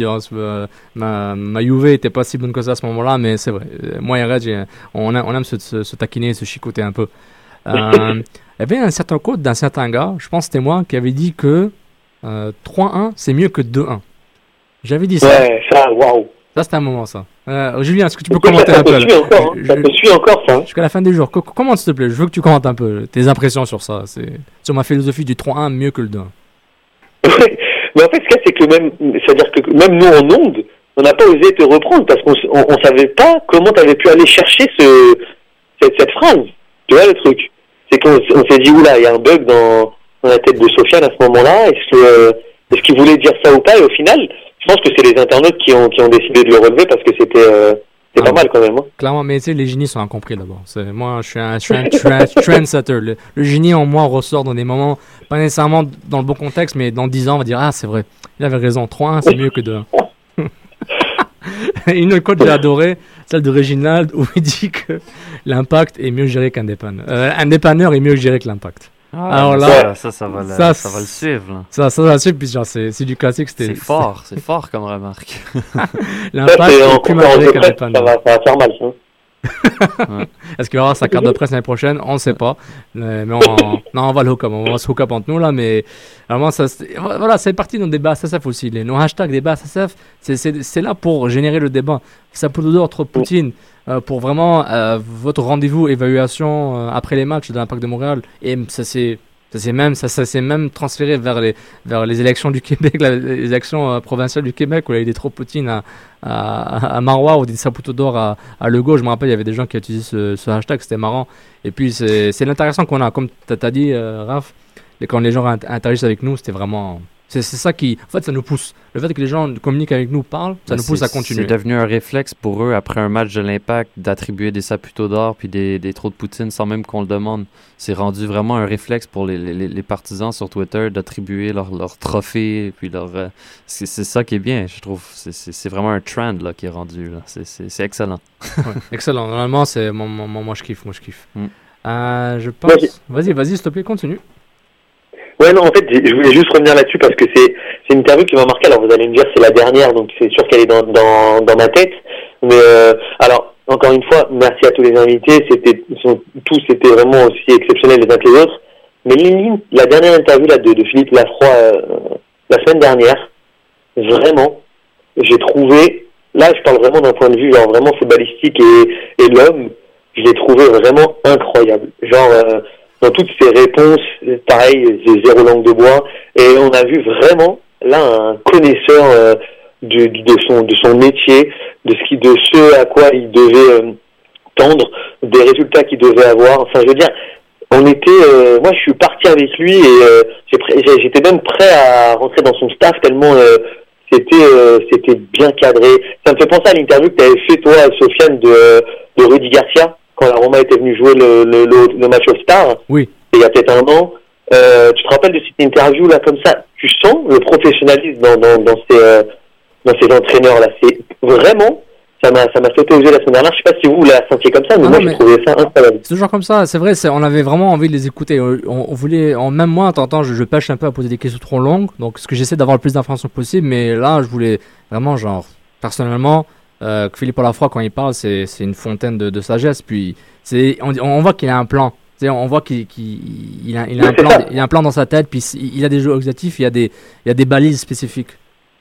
Ma Juve était pas si bonne que ça à ce moment-là, mais c'est vrai. Moi et Reg, on aime se taquiner, se chicoter un peu. Il y avait un certain quote d'un certain gars, je pense que c'était moi, qui avait dit que 3-1, c'est mieux que 2-1. J'avais dit ça. Ouais, ça, waouh. Ça, c'était un moment, ça. Julien, est-ce que tu peux commenter un peu Ça te suit encore, ça. Jusqu'à la fin du jour. Commente, s'il te plaît. Je veux que tu commentes un peu tes impressions sur ça. Sur ma philosophie du 3-1, mieux que le 2-1. Mais en fait, ce qu'il y a, c'est que c'est-à-dire que même nous en ondes, on n'a pas osé te reprendre parce qu'on savait pas comment tu avais pu aller chercher cette phrase. Tu vois le truc? C'est qu'on s'est dit, oula, il y a un bug dans la tête de Sofiane à ce moment-là. Est-ce qu'il voulait dire ça ou pas? Et au final, je pense que c'est les internautes qui ont décidé de le relever parce que c'était pas mal quand même. Hein. Clairement, mais tu sais, les génies sont incompris d'abord. Moi, je suis un trendsetter. Le génie en moi ressort dans des moments, pas nécessairement dans le bon contexte, mais dans 10 ans, on va dire, ah, c'est vrai, il avait raison, 3-1, c'est mieux que 2-1. Une autre quote que j'ai adorée, celle de Réginald, où il dit que l'impact est mieux géré qu'un dépanneur. Un dépanneur est mieux géré que l'impact. Alors là, ça va le suivre. Là. Ça va le suivre, puis genre, c'est du classique. C'est fort comme remarque. L'impact est plus mal géré qu'un dépanneur. Ça va faire mal, ça. Ouais. Est-ce qu'il va y avoir sa carte de presse l'année prochaine? On ne sait pas. Mais on va le hook up. On va se hook up entre nous là. Mais vraiment, voilà, c'est parti de nos débats SSF aussi. Nos hashtags débats SSF, c'est là pour générer le débat. Sapolodor, trop Poutine, pour vraiment votre rendez-vous évaluation après les matchs de l'Impact de Montréal. Et ça s'est même transféré vers les élections du Québec, les élections provinciales du Québec, où il y a eu des trop Poutine à Marois ou des Saputo d'or à Legault. Je me rappelle, il y avait des gens qui utilisaient ce hashtag, c'était marrant. Et puis, c'est l'interaction qu'on a. Comme tu as dit, Raph, quand les gens interagissent avec nous, c'était vraiment... C'est ça qui... En fait, ça nous pousse. Le fait que les gens communiquent avec nous, parlent, ça nous pousse à continuer. C'est devenu un réflexe pour eux, après un match de l'Impact, d'attribuer des Saputo d'or puis des trous de Poutine sans même qu'on le demande. C'est rendu vraiment un réflexe pour les partisans sur Twitter d'attribuer leur trophée. Puis c'est ça qui est bien, je trouve. C'est vraiment un trend là, qui est rendu. Là. C'est excellent. Ouais, excellent. Normalement, moi, je kiffe. Je pense... Vas-y, s'il te plaît, continue. Ouais, non, en fait, je voulais juste revenir là-dessus parce que c'est une interview qui m'a marqué. Alors, vous allez me dire, c'est la dernière, donc c'est sûr qu'elle est dans ma tête. Mais, alors, encore une fois, merci à tous les invités. Tous étaient vraiment aussi exceptionnels les uns que les autres. Mais la dernière interview là, de Philippe Lafroy, la semaine dernière, vraiment, j'ai trouvé, là, je parle vraiment d'un point de vue, genre, vraiment footballistique et l'homme, je l'ai trouvé vraiment incroyable. Genre, dans toutes ses réponses, pareil, c'est zéro langue de bois, et on a vu vraiment là un connaisseur de son métier, de ce à quoi il devait tendre, des résultats qu'il devait avoir. Enfin, je veux dire, moi je suis parti avec lui et j'étais même prêt à rentrer dans son staff tellement c'était bien cadré. Ça me fait penser à l'interview que tu avais fait toi, Sofiane, de Rudy Garcia, quand la Roma était venue jouer le match All-Star, oui. Il y a peut-être un an. Tu te rappelles de cette interview là comme ça? Tu sens le professionnalisme dans ces entraîneurs là. C'est vraiment, ça m'a sauté aux yeux la semaine dernière. Je sais pas si vous l'avez senti comme ça, mais j'ai trouvé ça incroyable. C'est toujours comme ça, c'est vrai. On avait vraiment envie de les écouter. On voulait, même moi, t'entends, je pêche un peu à poser des questions trop longues, donc ce que j'essaie d'avoir le plus d'informations possible. Mais là, je voulais vraiment, genre, personnellement. Que Philippe Lafroy, quand il parle, c'est une fontaine de sagesse. Puis on voit qu'il a un plan. On voit qu'il a un plan. Il a un plan dans sa tête. Puis il a des jeux objectifs. Il y a des balises spécifiques.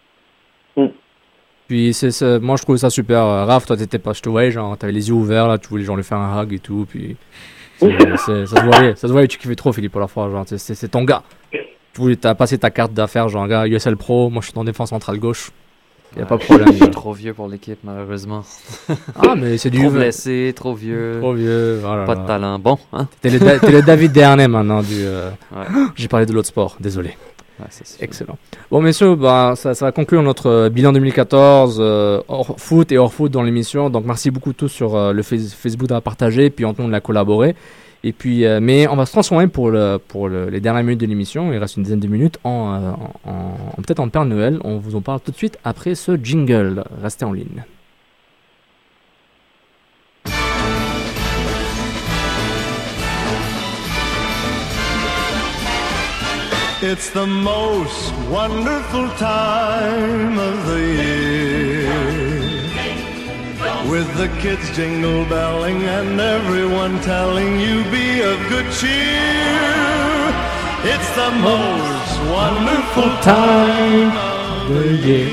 Puis moi, je trouve ça super. Raph, toi, t'étais pas. Je te voyais, genre, t'avais les yeux ouverts là. Tu voulais genre lui faire un hug et tout. Puis ça se voyait. Tu kiffais trop Philippe Lafroy. Genre, c'est ton gars. T'as passé ta carte d'affaires, genre, gars, USL Pro. Moi, je suis en défense centrale gauche. Il n'y a pas de problème. Je suis trop vieux pour l'équipe, malheureusement. Ah, mais c'est du... Trop blessé, trop vieux. Voilà. Pas de talent. Bon, hein. T'es le David Dernay maintenant. Ouais. J'ai parlé de l'autre sport, désolé. Ouais, c'est excellent. Bon, messieurs, ça va conclure notre bilan 2014 hors foot et hors foot dans l'émission. Donc, merci beaucoup tous sur le Facebook d'avoir partagé, puis Antoine l'a collaboré. Et puis, mais on va se transformer pour les dernières minutes de l'émission. Il reste une dizaine de minutes peut-être en Père Noël. On vous en parle tout de suite après ce jingle. Restez en ligne. It's the most wonderful time of the year, with the kids jingle belling and everyone telling you be of good cheer. It's the most wonderful time of the year.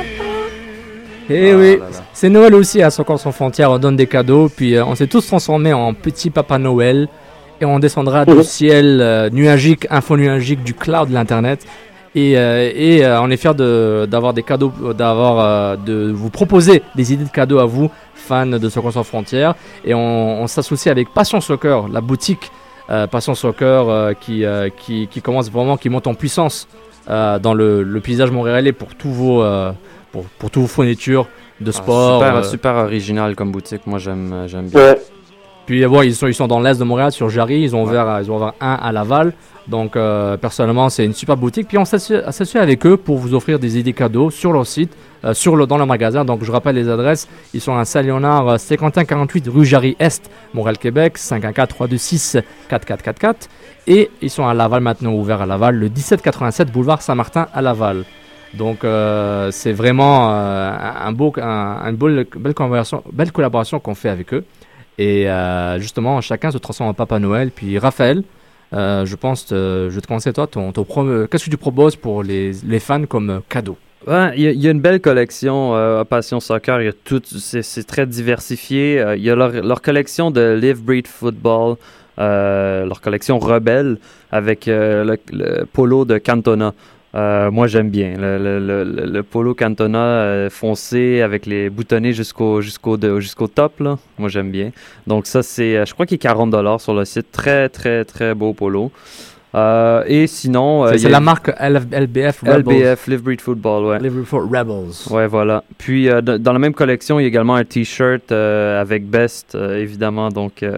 Eh oui, c'est Noël aussi à Soccer sans frontières, on donne des cadeaux, puis on s'est tous transformés en petit Papa Noël. Et on descendra du ciel nuagique, info-nuagique du cloud de l'internet. Et on est fiers d'avoir des cadeaux, de vous proposer des idées de cadeaux à vous, fans de Soccer sans frontières. Et on s'associe avec Passion Soccer, la boutique Passion Soccer qui commence vraiment, qui monte en puissance dans le paysage montréalais pour tous vos fournitures de sport. Super original comme boutique, moi j'aime bien. Ouais. Puis bon, ils sont dans l'est de Montréal, sur Jarry, ils ont ouvert un à Laval. Donc personnellement, c'est une super boutique. Puis on s'associe avec eux pour vous offrir des idées cadeaux sur leur site, dans leur magasin. Donc je rappelle les adresses, ils sont à Saint-Léonard, 5148 rue Jarry-Est, Montréal-Québec, 514-326-4444. Et ils sont à Laval maintenant, ouverts à Laval, le 1787 boulevard Saint-Martin à Laval. Donc c'est vraiment une belle collaboration qu'on fait avec eux. Et justement, chacun se transforme en Papa Noël. Puis Raphaël, je pense, je vais te commencer toi. Qu'est-ce que tu proposes pour les fans comme cadeau? Ouais, il y a une belle collection à Passion Soccer. Il y a tout, c'est très diversifié. Il y a leur collection de Live Breed Football, leur collection Rebelle avec le polo de Cantona. Moi j'aime bien le polo Cantona foncé avec les boutonnés jusqu'au top là. Moi j'aime bien. Donc ça c'est, je crois qu'il est $40 sur le site. Très très très beau polo. Et sinon c'est la marque LBF Rebels. LBF Live Breed Football, ouais. Live Breed Rebels. Ouais, voilà. Puis dans la même collection il y a également un t-shirt avec Best évidemment. Donc tu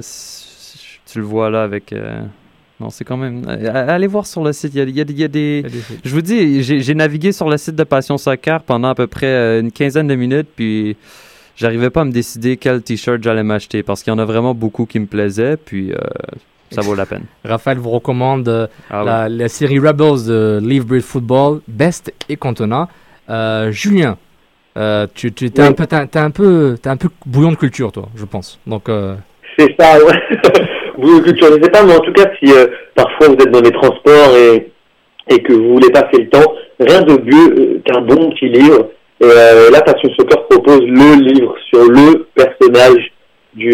le vois là avec non, c'est quand même... Allez voir sur le site, il y a des... Je vous dis, j'ai navigué sur le site de Passion Soccer pendant à peu près une quinzaine de minutes, puis j'arrivais pas à me décider quel t-shirt j'allais m'acheter, parce qu'il y en a vraiment beaucoup qui me plaisaient, puis ça vaut la peine. Raphaël vous recommande la série Rebels de Live Breed Football, Best et Cantona. Julien, tu t'es un peu bouillon de culture, toi, je pense. Donc, c'est ça, ouais. Vous culturisez pas, mais en tout cas, si parfois vous êtes dans les transports et que vous voulez passer le temps, rien de mieux qu'un bon petit livre. Et là, Passion Soccer propose le livre sur le personnage du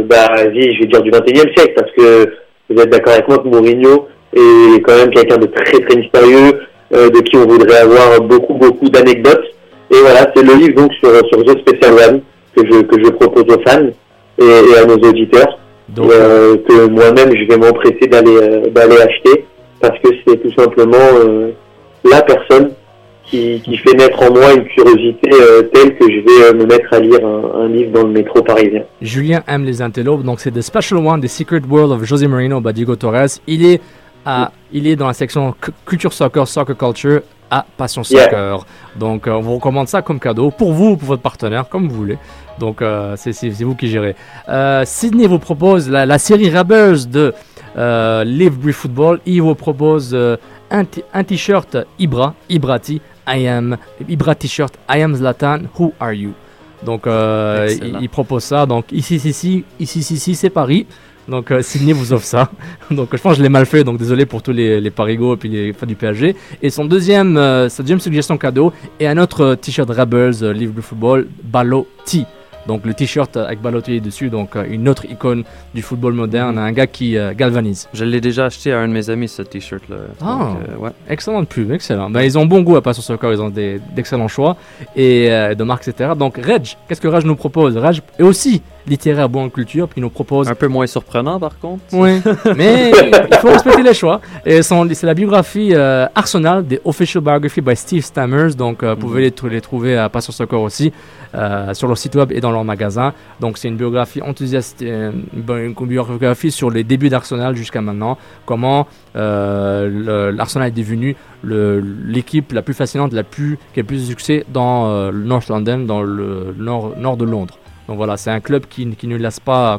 21e siècle, parce que vous êtes d'accord avec moi que Mourinho est quand même quelqu'un de très très mystérieux, de qui on voudrait avoir beaucoup d'anecdotes. Et voilà, c'est le livre donc sur The Special One que je propose aux fans et à nos auditeurs. Donc, que moi-même je vais m'empresser d'aller acheter, parce que c'est tout simplement la personne qui fait naître en moi une curiosité telle que je vais me mettre à lire un livre dans le métro parisien. Julien aime les antelopes, donc c'est The Special One, The Secret World of José Mourinho by Diego Torres. Il est dans la section Culture Soccer, Soccer Culture à Passion Soccer. Yeah. Donc on vous recommande ça comme cadeau pour vous ou pour votre partenaire, comme vous voulez. Donc c'est vous qui gérez. Sydney vous propose la série Rebels de Live Breed Football. Il vous propose un t-shirt Ibrati, Ibra t-shirt, I am Zlatan, who are you? Donc il propose ça. Donc ici c'est Paris. Donc Sydney vous offre ça. Donc je pense que je l'ai mal fait, donc désolé pour tous les parigots et puis les fans du PSG. Et sa deuxième suggestion cadeau est un autre t-shirt Rebels Live Breed Football, Balotti. Donc le t-shirt avec Balotti dessus, donc une autre icône du football moderne, un gars qui galvanise. Je l'ai déjà acheté à un de mes amis, ce t-shirt là. Ouais. Excellente pub, excellent. Ben, ils ont bon goût à Passion Soccer, ils ont d'excellents choix et de marques, etc. Donc Reg, qu'est-ce que Reg nous propose? Reg est aussi littéraire bon en culture, puis ils nous proposent... Un peu moins surprenant par contre. Oui, mais il faut respecter les choix. Et c'est la biographie Arsenal, des Official Biography by Steve Stammers, donc vous pouvez les trouver à Passion Soccer aussi, sur leur site web et dans leur magasin. Donc c'est une biographie enthousiaste, une biographie sur les débuts d'Arsenal jusqu'à maintenant, comment l'Arsenal est devenu l'équipe la plus fascinante, qui a le plus de succès dans le North London, dans le nord de Londres. Donc voilà, c'est un club qui ne laisse pas,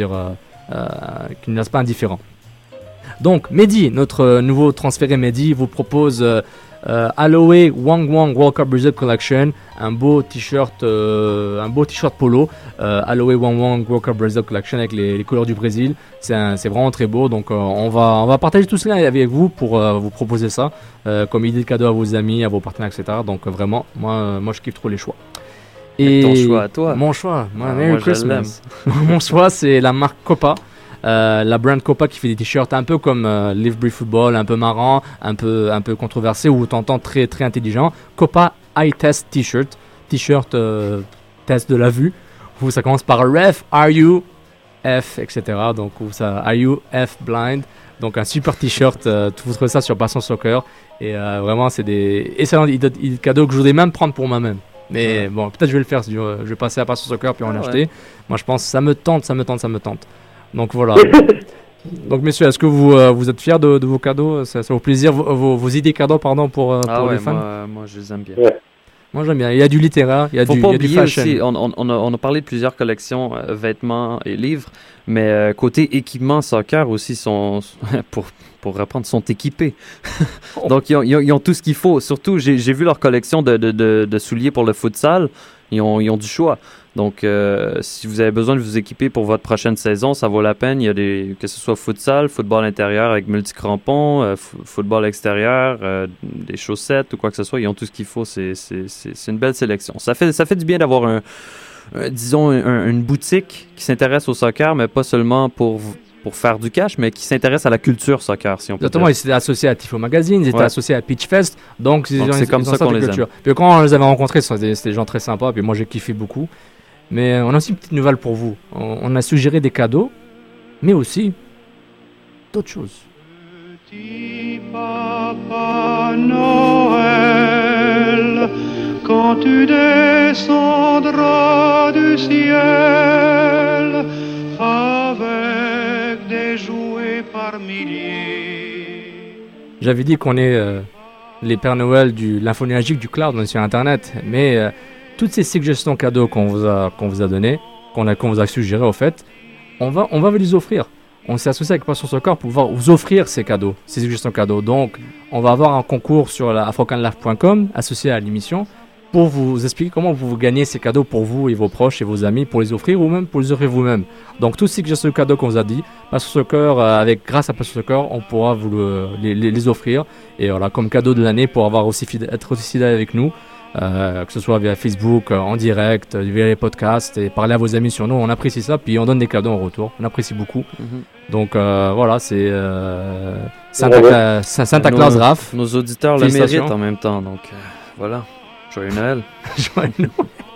qui ne laisse pas indifférent. Donc Mehdi, notre nouveau transféré Mehdi, vous propose Alloway Wang Wang World Cup Brazil Collection, un beau t-shirt polo, Alloway Wang Wang World Cup Brazil Collection avec les couleurs du Brésil. C'est vraiment très beau. Donc on va partager tout cela avec vous pour vous proposer ça comme idée de cadeau à vos amis, à vos partenaires, etc. Donc vraiment, moi je kiffe trop les choix. Et ton choix à toi? Mon choix, Merry Christmas. Mon choix, c'est la marque Copa. La brand Copa qui fait des t-shirts un peu comme Live Breathe Football, un peu marrant, un peu controversé ou t'entends très très intelligent. Copa Eye Test t-shirt test de la vue, où ça commence par Ref, Are You F, etc. Donc ça Are You F Blind. Donc un super t-shirt, vous trouvez ça sur Passion Soccer et vraiment c'est des excellents cadeaux que je voudrais même prendre pour moi-même. Mais bon, peut-être je vais le faire, je vais passer à Passion Soccer puis en acheter. Moi je pense ça me tente. Donc voilà. Donc messieurs, est-ce que vous êtes fiers de vos cadeaux? Ça vaut plaisir, vos idées cadeaux pour les fans? Moi je les aime bien. Ouais. Moi j'aime bien, il y a du littéraire, il y a du fashion. Aussi, on a parlé de plusieurs collections, vêtements et livres, mais côté équipement soccer aussi, pour reprendre, sont équipés. Donc ils ont tout ce qu'il faut. Surtout, j'ai vu leur collection de souliers pour le futsal, ils ont du choix. Donc, si vous avez besoin de vous équiper pour votre prochaine saison, ça vaut la peine. Il y a que ce soit futsal, football intérieur avec multi-crampons, football extérieur, des chaussettes ou quoi que ce soit. Ils ont tout ce qu'il faut. C'est une belle sélection. Ça fait du bien d'avoir une boutique qui s'intéresse au soccer, mais pas seulement pour faire du cash, mais qui s'intéresse à la culture soccer, si on peut dire. Exactement, ils étaient associés à Tifo Magazine, ils étaient associés à Pitch Fest, donc c'est comme ça qu'on les aime. Puis quand on les avait rencontrés, c'était des gens très sympas, puis moi j'ai kiffé beaucoup. Mais on a aussi une petite nouvelle pour vous. On a suggéré des cadeaux, mais aussi d'autres choses. Petit Papa Noël, quand tu descendras du ciel avec des jouets par milliers. J'avais dit qu'on est les Pères Noël de l'infonuagique du cloud, on est sur Internet, mais toutes ces suggestions cadeaux qu'on vous a donné, qu'on vous a suggéré au fait, on va vous les offrir. On s'est associé avec Passion Soccer pour pouvoir vous offrir ces cadeaux, ces suggestions cadeaux. Donc, on va avoir un concours sur afrocanlife.com associé à l'émission pour vous expliquer comment vous gagnez ces cadeaux pour vous et vos proches et vos amis, pour les offrir ou même pour les offrir vous-même. Donc, tous ces suggestions cadeaux qu'on vous a dit, Passion Soccer, grâce à Passion Soccer, on pourra vous les offrir. Et voilà, comme cadeau de l'année pour être aussi fidèle avec nous. Que ce soit via Facebook, en direct, via les podcasts, et parler à vos amis sur nous, on apprécie ça, puis on donne des cadeaux en retour, on apprécie beaucoup. Donc voilà, c'est Santa Claus Raph. Nos auditeurs le méritent en même temps, donc voilà, joyeux Noël. Joyeux Noël.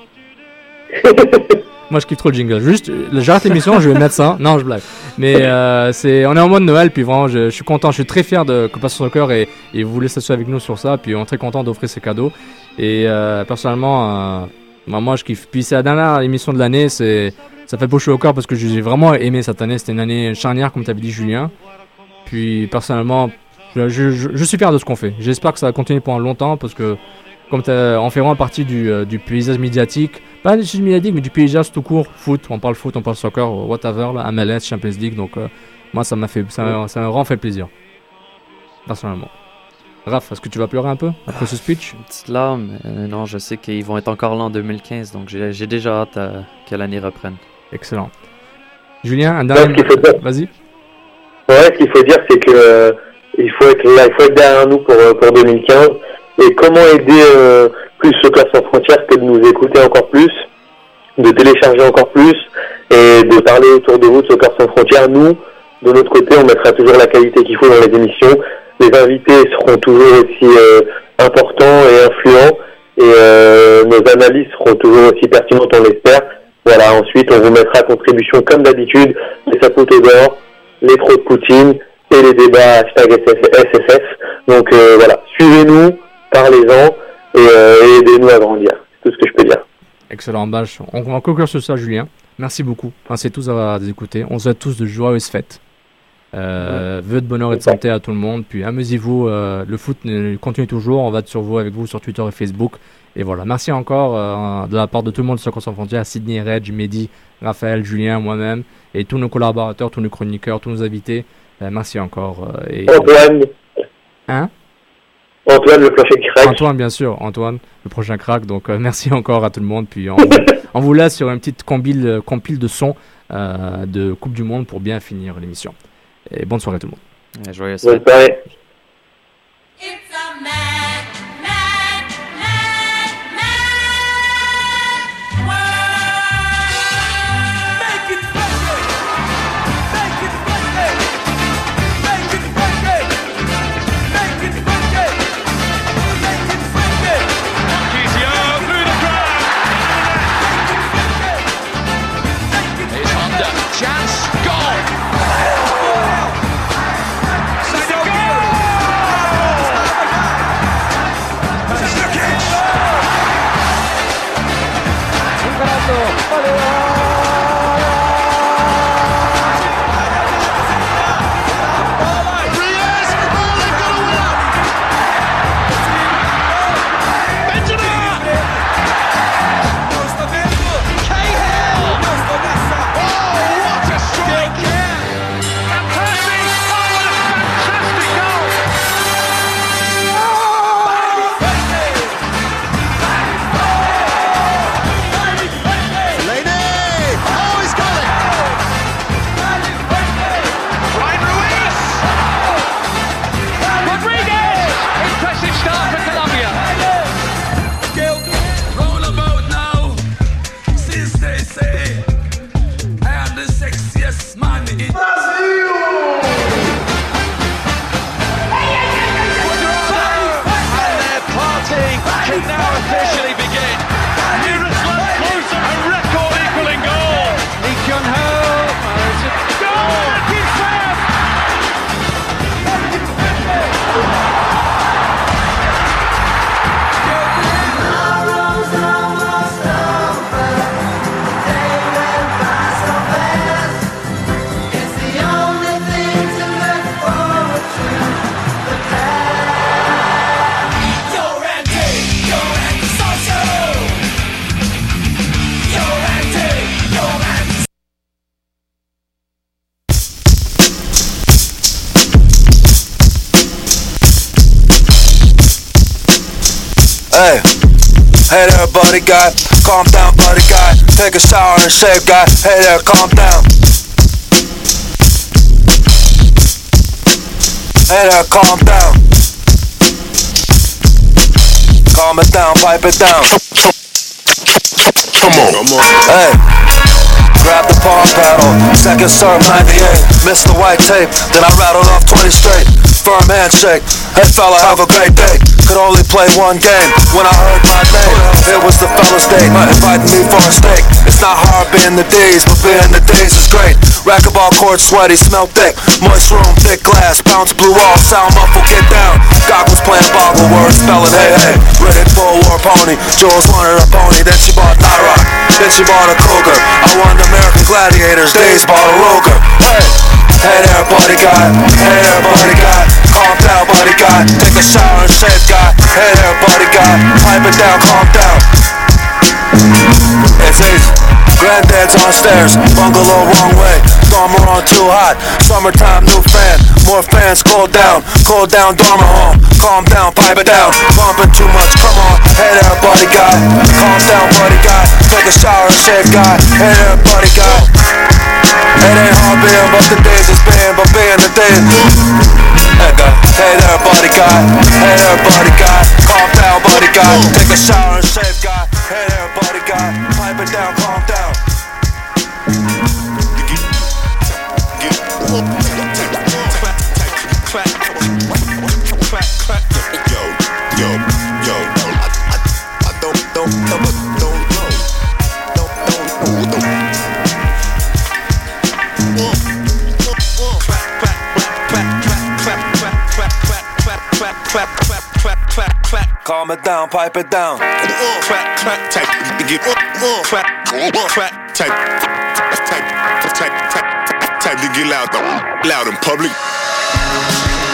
Moi je kiffe trop le jingle, juste j'arrête l'émission, je vais mettre ça, non je blague, mais on est en mode Noël, puis vraiment je suis content, je suis très fier que Passion Soccer et vous voulez s'associer avec nous sur ça, puis on est très content d'offrir ces cadeaux. Et personnellement, moi je kiffe. Puis c'est la dernière émission de l'année, ça fait beau chaud au corps parce que j'ai vraiment aimé cette année. C'était une année charnière, comme tu avais dit, Julien. Puis personnellement, je suis fier de ce qu'on fait. J'espère que ça va continuer pendant longtemps parce que comme on fait vraiment partie du paysage médiatique, pas du paysage médiatique, mais du paysage tout court, foot, on parle soccer, whatever, là, MLS, Champions League. Donc moi ça m'a vraiment fait plaisir, personnellement. Raph, est-ce que tu vas pleurer un peu après ce speech? Une petite larme, non, je sais qu'ils vont être encore là en 2015, donc j'ai déjà hâte que l'année reprenne. Excellent. Julien, un dernier... Vas-y. Ouais, ce qu'il faut dire, c'est que il faut être là, il faut être derrière nous pour 2015. Et comment aider plus Soccer sans frontières que de nous écouter encore plus, de télécharger encore plus et de parler autour de vous de Soccer sans frontières. Nous, de notre côté, on mettra toujours la qualité qu'il faut dans les émissions. Les invités seront toujours aussi importants et influents et nos analyses seront toujours aussi pertinentes, on l'espère. Voilà, ensuite on vous mettra à contribution comme d'habitude les sapoteaux d'or, les trous de Poutine et les débats #SSF. Donc voilà, suivez-nous, parlez-en et aidez-nous à grandir. C'est tout ce que je peux dire. Excellent, on va conclure sur ça, Julien. Merci beaucoup. Merci tous d'avoir écouté. On se souhaite tous de joyeuses fêtes. Vœux de bonheur et de santé à tout le monde. Puis amusez-vous. Le foot continue toujours. On va être sur vous, avec vous sur Twitter et Facebook. Et voilà. Merci encore de la part de tout le monde sur Soccer Sans Frontières, Sydney, Reg, Mehdi, Raphaël, Julien, moi-même et tous nos collaborateurs, tous nos chroniqueurs, tous nos invités. Merci encore. Antoine. Hein? Antoine, le prochain crack. Antoine, bien sûr. Antoine, le prochain crack. Donc merci encore à tout le monde. Puis on vous laisse sur une petite compile de sons de Coupe du Monde pour bien finir l'émission. Et bonne soirée tout le monde. Joyeuse bonne soirée. Chance, goal! Hey, hey there, buddy guy. Calm down, buddy guy. Take a shower and shave, guy. Hey there, calm down. Hey there, calm down. Calm it down, pipe it down. Come on. Hey. Grab the palm paddle, second serve 98. Missed the white tape, then I rattled off 20 straight. Firm handshake, hey fella, have a great day. Could only play one game when I heard my name. It was the fella's date, inviting me for a steak. It's not hard being the D's, but being the D's is great. Racquetball court sweaty, smell thick. Moist room, thick glass, bounce blue wall, sound muffle, get down. Goggles playing boggle words, spelling hey hey. Riddick full war pony, Jules wanted a pony, then she bought Nyrock, then she bought a Cougar. I won the American Gladiators, Days bought a Ruger. Hey, hey there, buddy guy. Hey there, buddy guy. Calm down, buddy guy. Take a shower and shave, guy. Hey there, buddy guy. Pipe it down, calm down. It's easy. Granddad's on stairs, bungalow wrong way. Dormer on too hot, summertime new fan. More fans, cool down, dormer home. Calm down, pipe it down, bumping too much, come on. Hey there, buddy guy, calm down, buddy guy. Take a shower and shave, guy. Hey there, buddy guy. It ain't hard being, but the days is being, but being the days. Hey there, buddy guy. Hey there, buddy guy. Calm down, buddy guy. Take a shower and shave, guy. Hey there, buddy guy. Pipe it down, calm down. Yo, I don't know. calm it down, pipe it down. Crack, crack, type, get crack, crack, type to get loud in public.